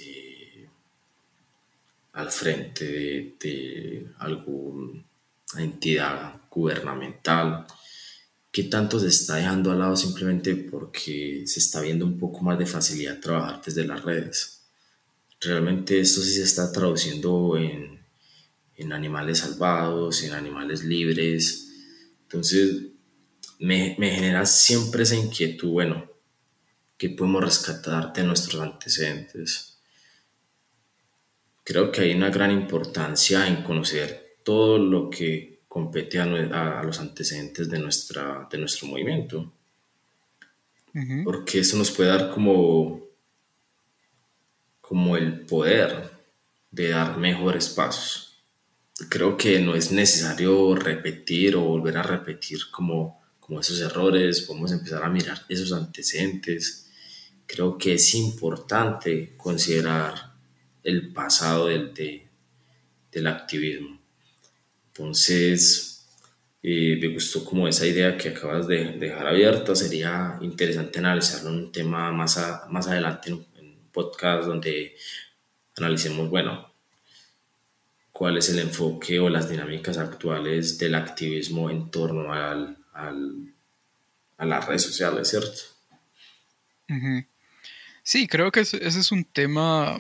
al frente de alguna entidad gubernamental. ¿Qué tanto se está dejando al lado simplemente porque se está viendo un poco más de facilidad trabajar desde las redes? Realmente esto sí se está traduciendo en animales salvados, en animales libres. Entonces me genera siempre esa inquietud, bueno, ¿qué podemos rescatar de nuestros antecedentes? Creo que hay una gran importancia en conocer todo lo que compete a los antecedentes de nuestro movimiento, Ujú, porque eso nos puede dar como el poder de dar mejores pasos. Creo que no es necesario repetir o volver a repetir como esos errores, podemos empezar a mirar esos antecedentes. Creo que es importante considerar el pasado del activismo. Entonces, me gustó como esa idea que acabas de dejar abierta. Sería interesante analizarlo en un tema más adelante en un podcast donde analicemos, bueno, cuál es el enfoque o las dinámicas actuales del activismo en torno a las redes sociales, ¿cierto? ujú. Sí, creo que ese es un tema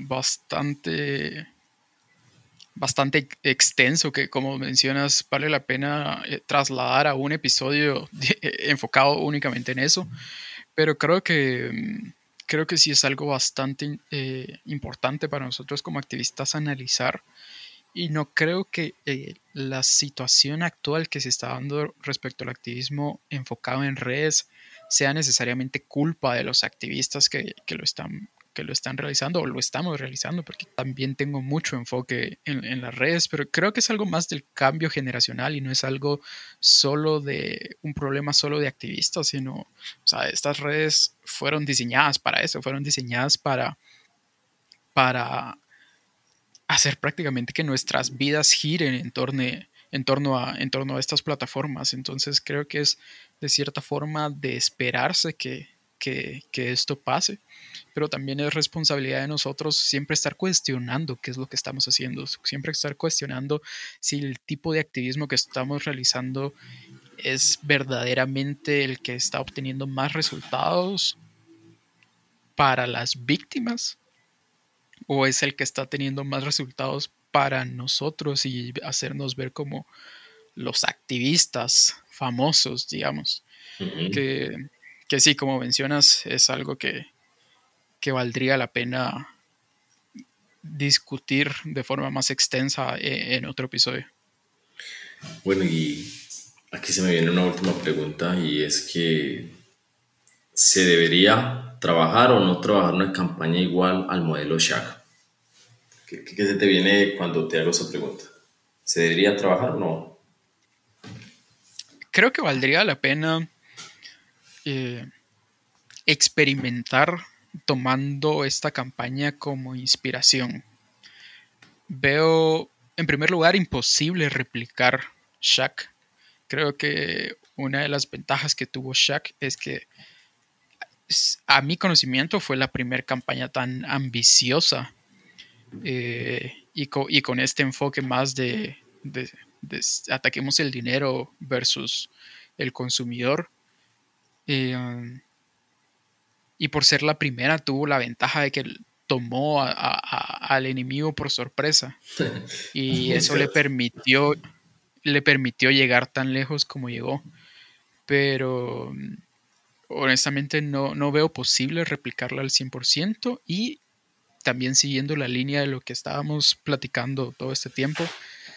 bastante extenso que, como mencionas, vale la pena trasladar a un episodio enfocado únicamente en eso. Pero creo que sí es algo bastante importante para nosotros como activistas analizar. Y no creo que la situación actual que se está dando respecto al activismo enfocado en redes sea necesariamente culpa de los activistas que lo están realizando o lo estamos realizando, porque también tengo mucho enfoque en las redes, pero creo que es algo más del cambio generacional y no es algo solo de un problema solo de activistas, sino, o sea, estas redes fueron diseñadas para eso, fueron diseñadas para hacer prácticamente que nuestras vidas giren en torno a estas plataformas. Entonces creo que es de cierta forma de esperarse que esto pase, pero también es responsabilidad de nosotros siempre estar cuestionando qué es lo que estamos haciendo, siempre estar cuestionando si el tipo de activismo que estamos realizando es verdaderamente el que está obteniendo más resultados para las víctimas o es el que está teniendo más resultados para nosotros y hacernos ver como los activistas famosos, digamos, Ujú. que, que sí, como mencionas, es algo que valdría la pena discutir de forma más extensa en otro episodio. Bueno, y aquí se me viene una última pregunta y es que ¿se debería trabajar o no trabajar una campaña igual al modelo Shack? ¿Qué se te viene cuando te hago esa pregunta? ¿Se debería trabajar o no? Creo que valdría la pena eh, experimentar tomando esta campaña como inspiración. Veo, en primer lugar, imposible replicar Shaq. Creo que una de las ventajas que tuvo Shaq es que, a mi conocimiento, fue la primera campaña tan ambiciosa y con este enfoque más de ataquemos el dinero versus el consumidor. Eh, y por ser la primera, tuvo la ventaja de que tomó al enemigo por sorpresa. Y Muy eso cierto. le permitió llegar tan lejos como llegó. Pero honestamente no veo posible replicarla al 100% y también siguiendo la línea de lo que estábamos platicando todo este tiempo,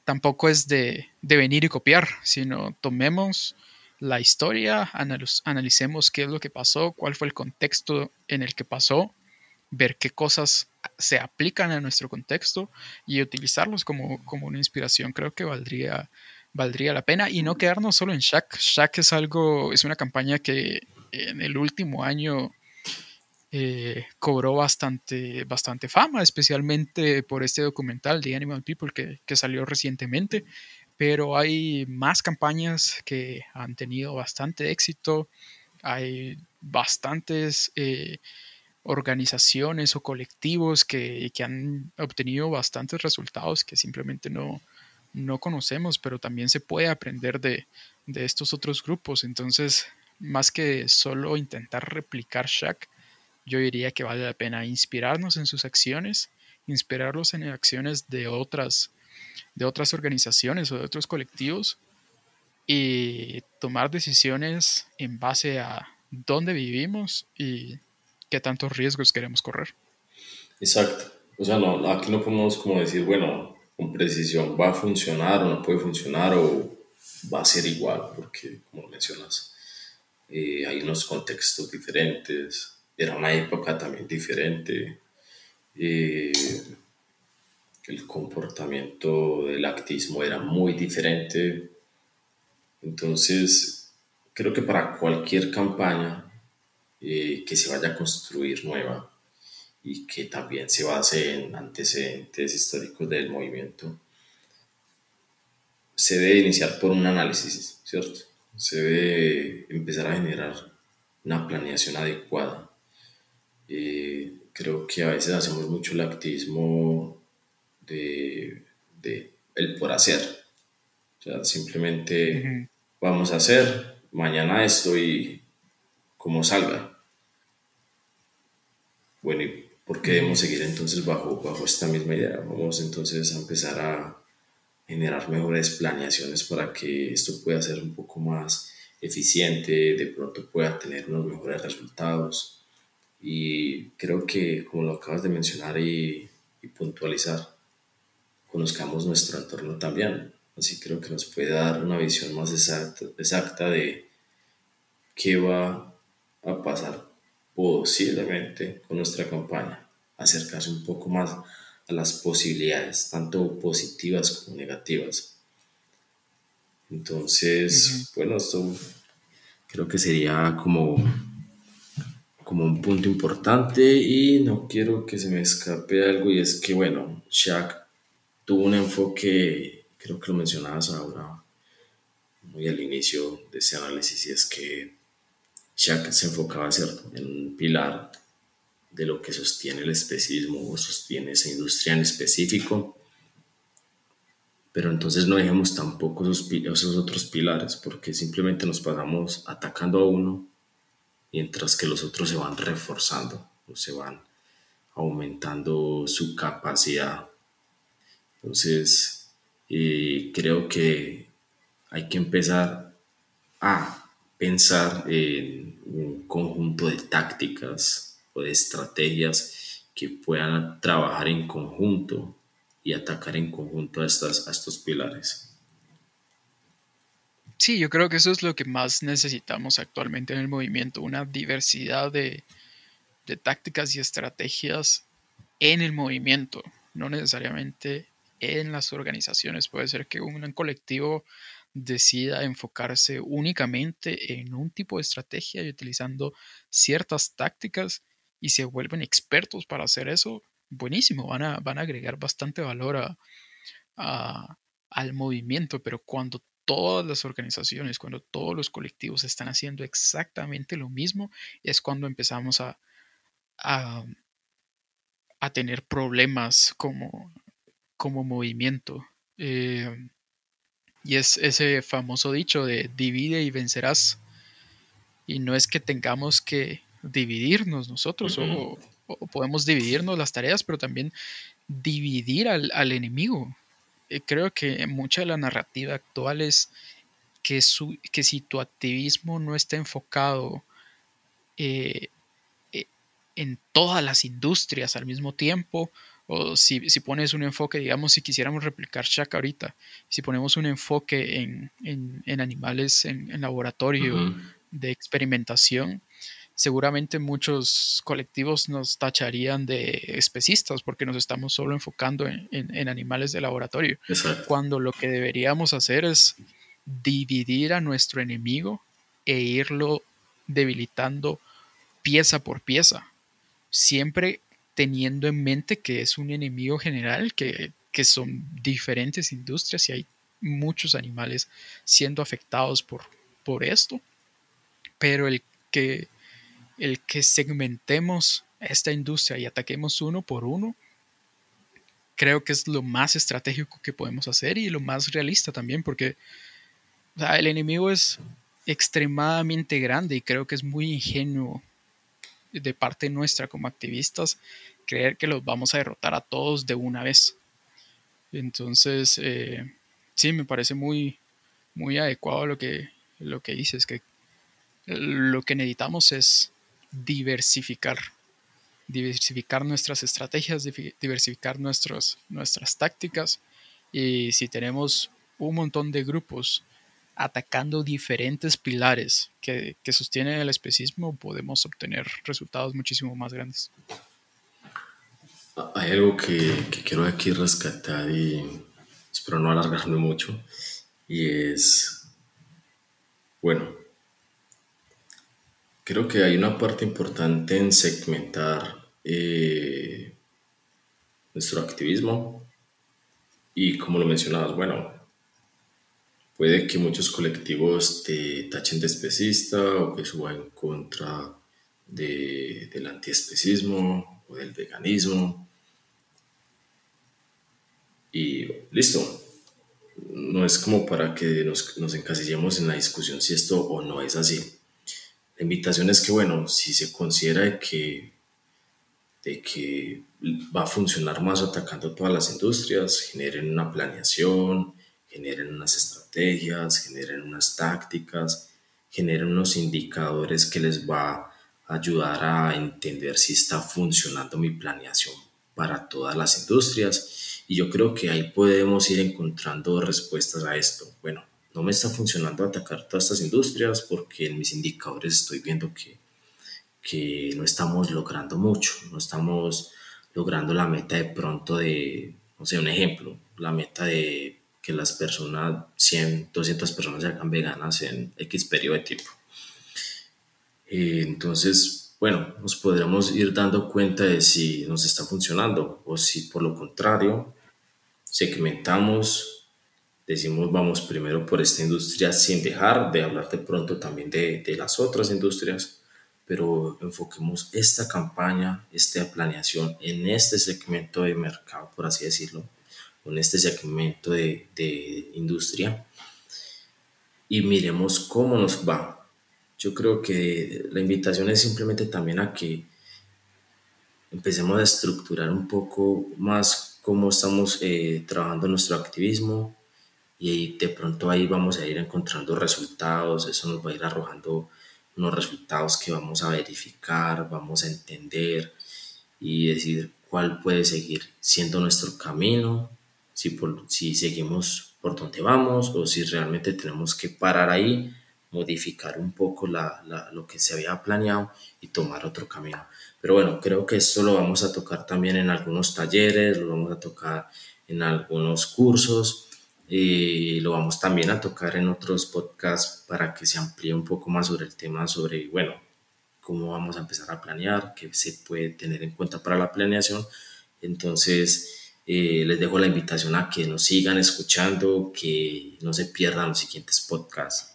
tampoco es de venir y copiar, sino tomemos la historia, analicemos qué es lo que pasó, cuál fue el contexto en el que pasó, ver qué cosas se aplican a nuestro contexto y utilizarlos como una inspiración. Creo que valdría la pena y no quedarnos solo en Shaq. Shaq es una campaña que en el último año cobró bastante fama, especialmente por este documental de Animal People que salió recientemente, pero hay más campañas que han tenido bastante éxito, hay bastantes organizaciones o colectivos que han obtenido bastantes resultados que simplemente no conocemos, pero también se puede aprender de estos otros grupos. Entonces, más que solo intentar replicar Shaq, yo diría que vale la pena inspirarnos en sus acciones, inspirarlos en acciones de otras organizaciones o de otros colectivos y tomar decisiones en base a dónde vivimos y qué tantos riesgos queremos correr. Exacto. O sea, no, aquí no podemos como decir, bueno, con precisión va a funcionar o no puede funcionar o va a ser igual, porque como lo mencionas, hay unos contextos diferentes, era una época también diferente, eh, el comportamiento del activismo era muy diferente. Entonces, creo que para cualquier campaña que se vaya a construir nueva y que también se base en antecedentes históricos del movimiento, se debe iniciar por un análisis, ¿cierto? Se debe empezar a generar una planeación adecuada. Creo que a veces hacemos mucho el activismo de el por hacer. O sea, simplemente Ujú, vamos a hacer mañana esto y como salga. Bueno, ¿y por qué debemos ujú, seguir entonces bajo esta misma idea? Vamos entonces a empezar a generar mejores planeaciones para que esto pueda ser un poco más eficiente, de pronto pueda tener unos mejores resultados. Y creo que, como lo acabas de mencionar y puntualizar, conozcamos nuestro entorno también. Así creo que nos puede dar una visión más exacta de qué va a pasar posiblemente con nuestra campaña. Acercarse un poco más a las posibilidades, tanto positivas como negativas. ujú. Entonces, bueno, esto creo que sería como un punto importante y no quiero que se me escape algo y es que, bueno, Shaq tuvo un enfoque, creo que lo mencionabas ahora muy al inicio de ese análisis y es que Shaq se enfocaba, ¿cierto?, en un pilar de lo que sostiene el especismo o sostiene esa industria en específico, pero entonces no dejemos tampoco esos otros pilares porque simplemente nos pasamos atacando a uno mientras que los otros se van reforzando o se van aumentando su capacidad. Entonces, creo que hay que empezar a pensar en un conjunto de tácticas o de estrategias que puedan trabajar en conjunto y atacar en conjunto a estos pilares. Sí, yo creo que eso es lo que más necesitamos actualmente en el movimiento, una diversidad de tácticas y estrategias en el movimiento, no necesariamente en las organizaciones. Puede ser que un colectivo decida enfocarse únicamente en un tipo de estrategia y utilizando ciertas tácticas y se vuelven expertos para hacer eso. Buenísimo, van a agregar bastante valor a- al movimiento, pero cuando todas las organizaciones, cuando todos los colectivos están haciendo exactamente lo mismo, es cuando empezamos a, a tener problemas como movimiento. Eh, y es ese famoso dicho de divide y vencerás. Y no es que tengamos que dividirnos nosotros o podemos dividirnos las tareas, pero también dividir al enemigo. Creo que mucha de la narrativa actual es que si tu activismo no está enfocado eh, eh, en todas las industrias al mismo tiempo, O si pones un enfoque, digamos, si quisiéramos replicar Shack ahorita, si ponemos un enfoque en animales en laboratorio Ujú. de experimentación, seguramente muchos colectivos nos tacharían de especistas porque nos estamos solo enfocando en animales de laboratorio, Exacto. cuando lo que deberíamos hacer es dividir a nuestro enemigo e irlo debilitando pieza por pieza, siempre teniendo en mente que es un enemigo general, que son diferentes industrias y hay muchos animales siendo afectados por esto, pero que, el que segmentemos esta industria y ataquemos uno por uno, creo que es lo más estratégico que podemos hacer y lo más realista también, porque o sea, el enemigo es extremadamente grande y creo que es muy ingenuo de parte nuestra como activistas creer que los vamos a derrotar a todos de una vez. Entonces, sí, me parece muy adecuado lo que dices, que lo que necesitamos es diversificar, diversificar nuestras estrategias, diversificar nuestras tácticas. Y si tenemos un montón de grupos atacando diferentes pilares que sostienen el especismo, podemos obtener resultados muchísimo más grandes. Hay algo que quiero aquí rescatar y espero no alargarme mucho, y es, bueno, creo que hay una parte importante en segmentar nuestro activismo y como lo mencionabas, bueno, puede que muchos colectivos te tachen de especista o que suban en contra del antiespecismo o del veganismo y listo. No es como para que nos encasillemos en la discusión si esto o no es así. La invitación es que, bueno, si se considera de que va a funcionar más atacando todas las industrias, generen una planeación, generen unas estrategias, generen unas tácticas, generen unos indicadores que les va a ayudar a entender si está funcionando mi planeación para todas las industrias. Y yo creo que ahí podemos ir encontrando respuestas a esto. Bueno, no me está funcionando atacar todas estas industrias porque en mis indicadores estoy viendo que no estamos logrando mucho, no estamos logrando la meta de pronto de, no sé, un ejemplo, la meta de que las personas, 100 200 personas se hagan veganas en X periodo de tiempo. Entonces, bueno, nos podremos ir dando cuenta de si nos está funcionando o si por lo contrario segmentamos, decimos vamos primero por esta industria sin dejar de hablar de pronto también de las otras industrias, pero enfoquemos esta campaña, esta planeación en este segmento de mercado, por así decirlo, en este segmento de industria y miremos cómo nos va. Yo creo que la invitación es simplemente también a que empecemos a estructurar un poco más cómo estamos trabajando nuestro activismo, y de pronto ahí vamos a ir encontrando resultados, eso nos va a ir arrojando unos resultados que vamos a verificar, vamos a entender y decir cuál puede seguir siendo nuestro camino, si seguimos por donde vamos o si realmente tenemos que parar ahí, modificar un poco lo que se había planeado y tomar otro camino. Pero bueno, creo que esto lo vamos a tocar también en algunos talleres, lo vamos a tocar en algunos cursos y lo vamos también a tocar en otros podcasts para que se amplíe un poco más sobre el tema, sobre, bueno, cómo vamos a empezar a planear, qué se puede tener en cuenta para la planeación. Entonces, les dejo la invitación a que nos sigan escuchando, que no se pierdan los siguientes podcasts.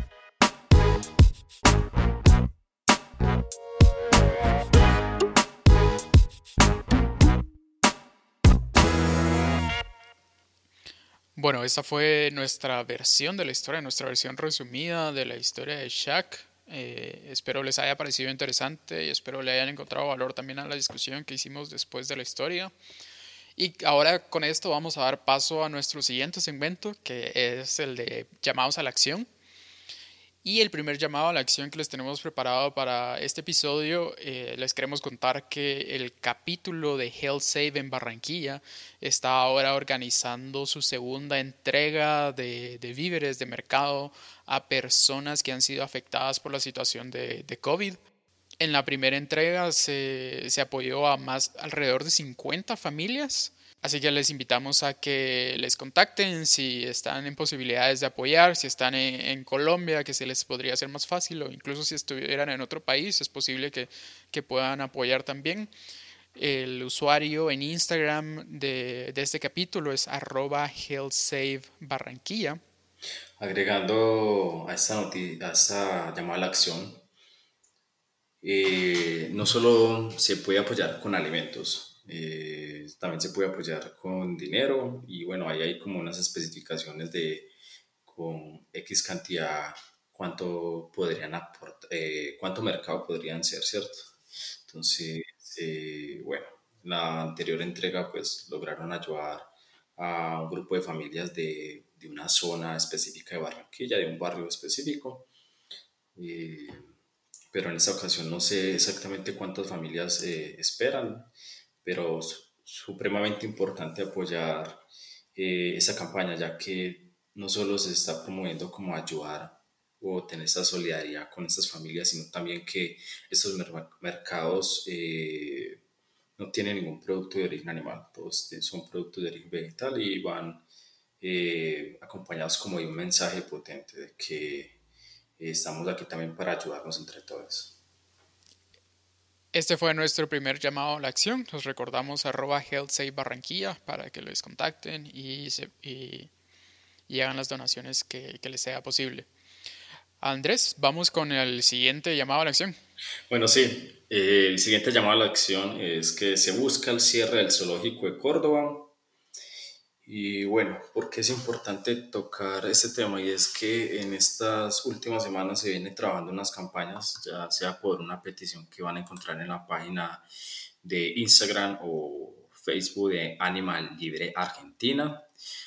Bueno, esta fue nuestra versión de la historia, nuestra versión resumida de la historia de Shaq. Espero les haya parecido interesante y espero le hayan encontrado valor también a la discusión que hicimos después de la historia. Y ahora con esto vamos a dar paso a nuestro siguiente segmento, que es el de llamados a la acción. Y el primer llamado a la acción que les tenemos preparado para este episodio, les queremos contar que el capítulo de Health Save en Barranquilla está ahora organizando su segunda entrega de víveres de mercado a personas que han sido afectadas por la situación de COVID. En la primera entrega se apoyó a alrededor de 50 familias, así que les invitamos a que les contacten si están en posibilidades de apoyar, si están en Colombia, que se les podría hacer más fácil, o incluso si estuvieran en otro país, es posible que puedan apoyar también. El usuario en Instagram de este capítulo es @healthsavebarranquilla. Agregando a a esta llamada a la acción, no solo se puede apoyar con alimentos, también se puede apoyar con dinero y bueno, ahí hay como unas especificaciones de con X cantidad cuánto podrían aportar, cuánto mercado podrían ser, ¿cierto? Entonces, bueno, la anterior entrega pues lograron ayudar a un grupo de familias de una zona específica de Barranquilla, de un barrio específico. Eh, pero en esta ocasión no sé exactamente cuántas familias esperan, pero es supremamente importante apoyar esa campaña, ya que no solo se está promoviendo como ayudar o tener esa solidaridad con estas familias, sino también que estos mercados no tienen ningún producto de origen animal, todos son productos de origen vegetal y van acompañados como de un mensaje potente de que estamos aquí también para ayudarnos entre todos. Este fue nuestro primer llamado a la acción. Los recordamos @healthsavebarranquilla para que les contacten y hagan las donaciones que les sea posible. Andrés, vamos con el siguiente llamado a la acción. Bueno, sí, el siguiente llamado a la acción es que se busca el cierre del zoológico de Córdoba. Y bueno, ¿por qué es importante tocar este tema? Y es que en estas últimas semanas se viene trabajando unas campañas, ya sea por una petición que van a encontrar en la página de Instagram o Facebook de Animal Libre Argentina.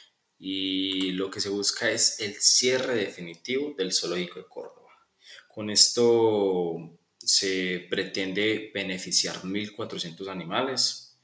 Y lo que se busca es el cierre definitivo del zoológico de Córdoba. Con esto se pretende beneficiar 1.400 animales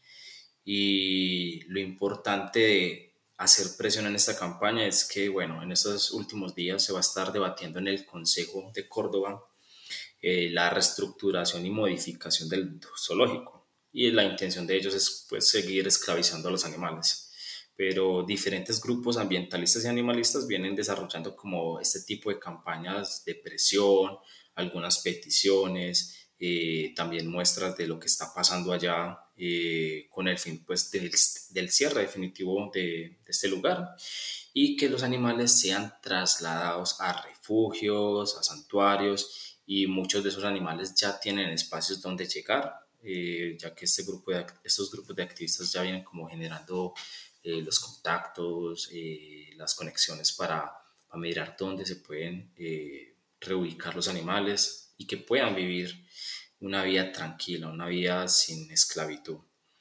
y lo importante de hacer presión en esta campaña es que, bueno, en estos últimos días se va a estar debatiendo en el Consejo de Córdoba la reestructuración y modificación del zoológico. Y la intención de ellos es pues, seguir esclavizando a los animales. Pero diferentes grupos ambientalistas y animalistas vienen desarrollando como este tipo de campañas de presión, algunas peticiones, también muestras de lo que está pasando allá con el fin pues, del cierre definitivo de este lugar y que los animales sean trasladados a refugios, a santuarios y muchos de esos animales ya tienen espacios donde llegar, ya que estos grupos de activistas ya vienen como generando los contactos, las conexiones para mirar dónde se pueden reubicar los animales y que puedan vivir una vida tranquila, una vida sin esclavitud.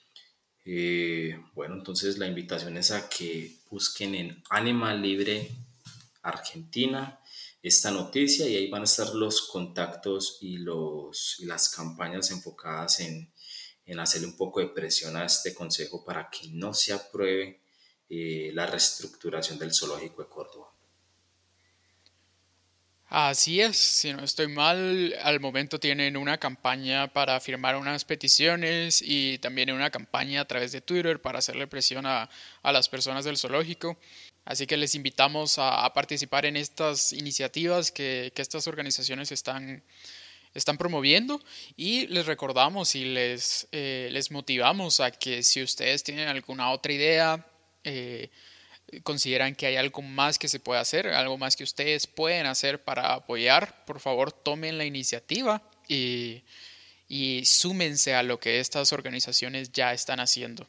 Bueno, entonces la invitación es a que busquen en Animal Libre Argentina esta noticia y ahí van a estar los contactos y las campañas enfocadas en hacerle un poco de presión a este consejo para que no se apruebe la reestructuración del zoológico de Córdoba. Así es, si no estoy mal, al momento tienen una campaña para firmar unas peticiones y también una campaña a través de Twitter para hacerle presión a las personas del zoológico. Así que les invitamos a participar en estas iniciativas que estas organizaciones están promoviendo y les recordamos y les motivamos a que si ustedes tienen alguna otra idea, consideran que hay algo más que se puede hacer, algo más que ustedes pueden hacer para apoyar, por favor tomen la iniciativa y súmense a lo que estas organizaciones ya están haciendo.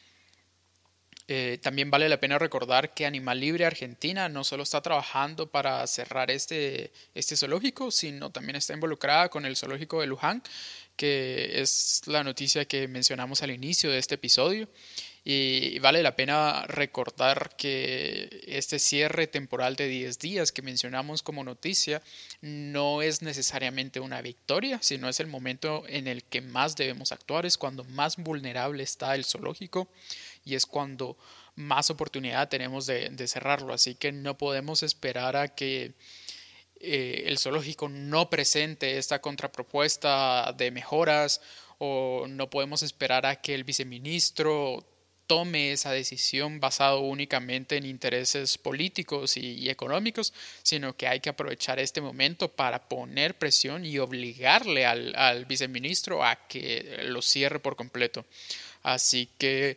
También vale la pena recordar que Animal Libre Argentina no solo está trabajando para cerrar este zoológico, sino también está involucrada con el zoológico de Luján, que es la noticia que mencionamos al inicio de este episodio. Y vale la pena recordar que este cierre temporal de 10 días que mencionamos como noticia no es necesariamente una victoria, sino es el momento en el que más debemos actuar, es cuando más vulnerable está el zoológico y es cuando más oportunidad tenemos de cerrarlo. Así que no podemos esperar a que el zoológico no presente esta contrapropuesta de mejoras o no podemos esperar a que el viceministro tome esa decisión basado únicamente en intereses políticos y económicos, sino que hay que aprovechar este momento para poner presión y obligarle al viceministro a que lo cierre por completo. Así que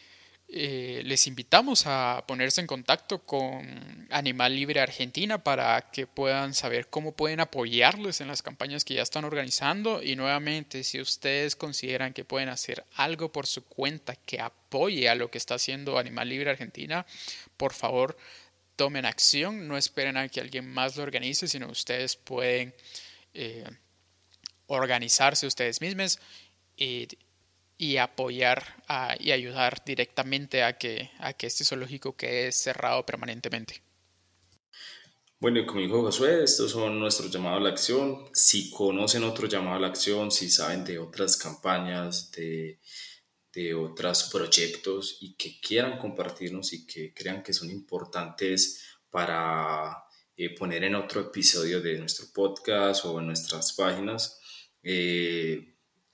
les invitamos a ponerse en contacto con Animal Libre Argentina para que puedan saber cómo pueden apoyarles en las campañas que ya están organizando. Y nuevamente, si ustedes consideran que pueden hacer algo por su cuenta que apoye a lo que está haciendo Animal Libre Argentina, por favor, tomen acción. No esperen a que alguien más lo organice, sino ustedes pueden eh, organizarse ustedes mismos y apoyar y ayudar directamente a que este zoológico quede cerrado permanentemente. Bueno, y como dijo Josué, estos son nuestros llamados a la acción. Si conocen otro llamado a la acción, si saben de otras campañas, de otros proyectos y que quieran compartirnos y que crean que son importantes para poner en otro episodio de nuestro podcast o en nuestras páginas, eh,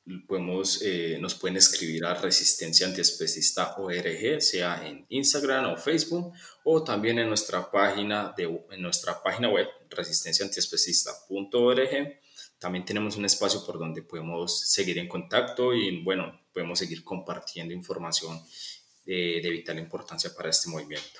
nos pueden escribir a Resistencia Antiespecista ORG, sea en Instagram o Facebook, o también en nuestra página web, resistenciaantiespecista.org. También tenemos un espacio por donde podemos seguir en contacto y, bueno, podemos seguir compartiendo información de vital importancia para este movimiento.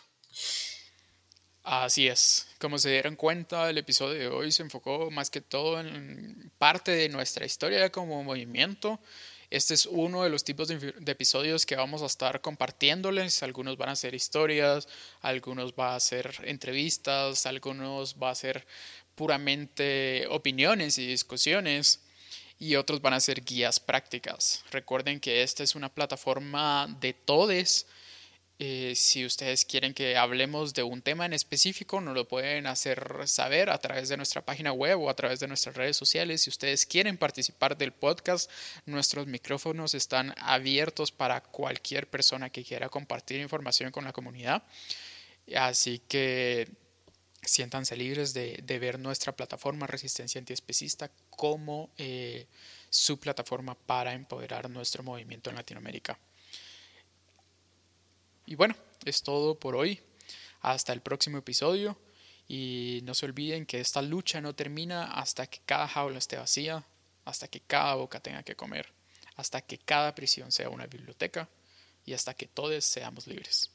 Así es. Como se dieron cuenta, el episodio de hoy se enfocó más que todo en parte de nuestra historia como movimiento. Este es uno de los tipos de episodios que vamos a estar compartiéndoles. Algunos van a ser historias, algunos van a ser entrevistas, algunos van a ser puramente opiniones y discusiones y otros van a ser guías prácticas. Recuerden que esta es una plataforma de todes. Si ustedes quieren que hablemos de un tema en específico, nos lo pueden hacer saber a través de nuestra página web o a través de nuestras redes sociales. Si ustedes quieren participar del podcast, nuestros micrófonos están abiertos para cualquier persona que quiera compartir información con la comunidad. Así que siéntanse libres de ver nuestra plataforma Resistencia Antiespecista como su plataforma para empoderar nuestro movimiento en Latinoamérica. Y bueno, es todo por hoy. Hasta el próximo episodio. Y no se olviden que esta lucha no termina hasta que cada jaula esté vacía, hasta que cada boca tenga que comer, hasta que cada prisión sea una biblioteca y hasta que todos seamos libres.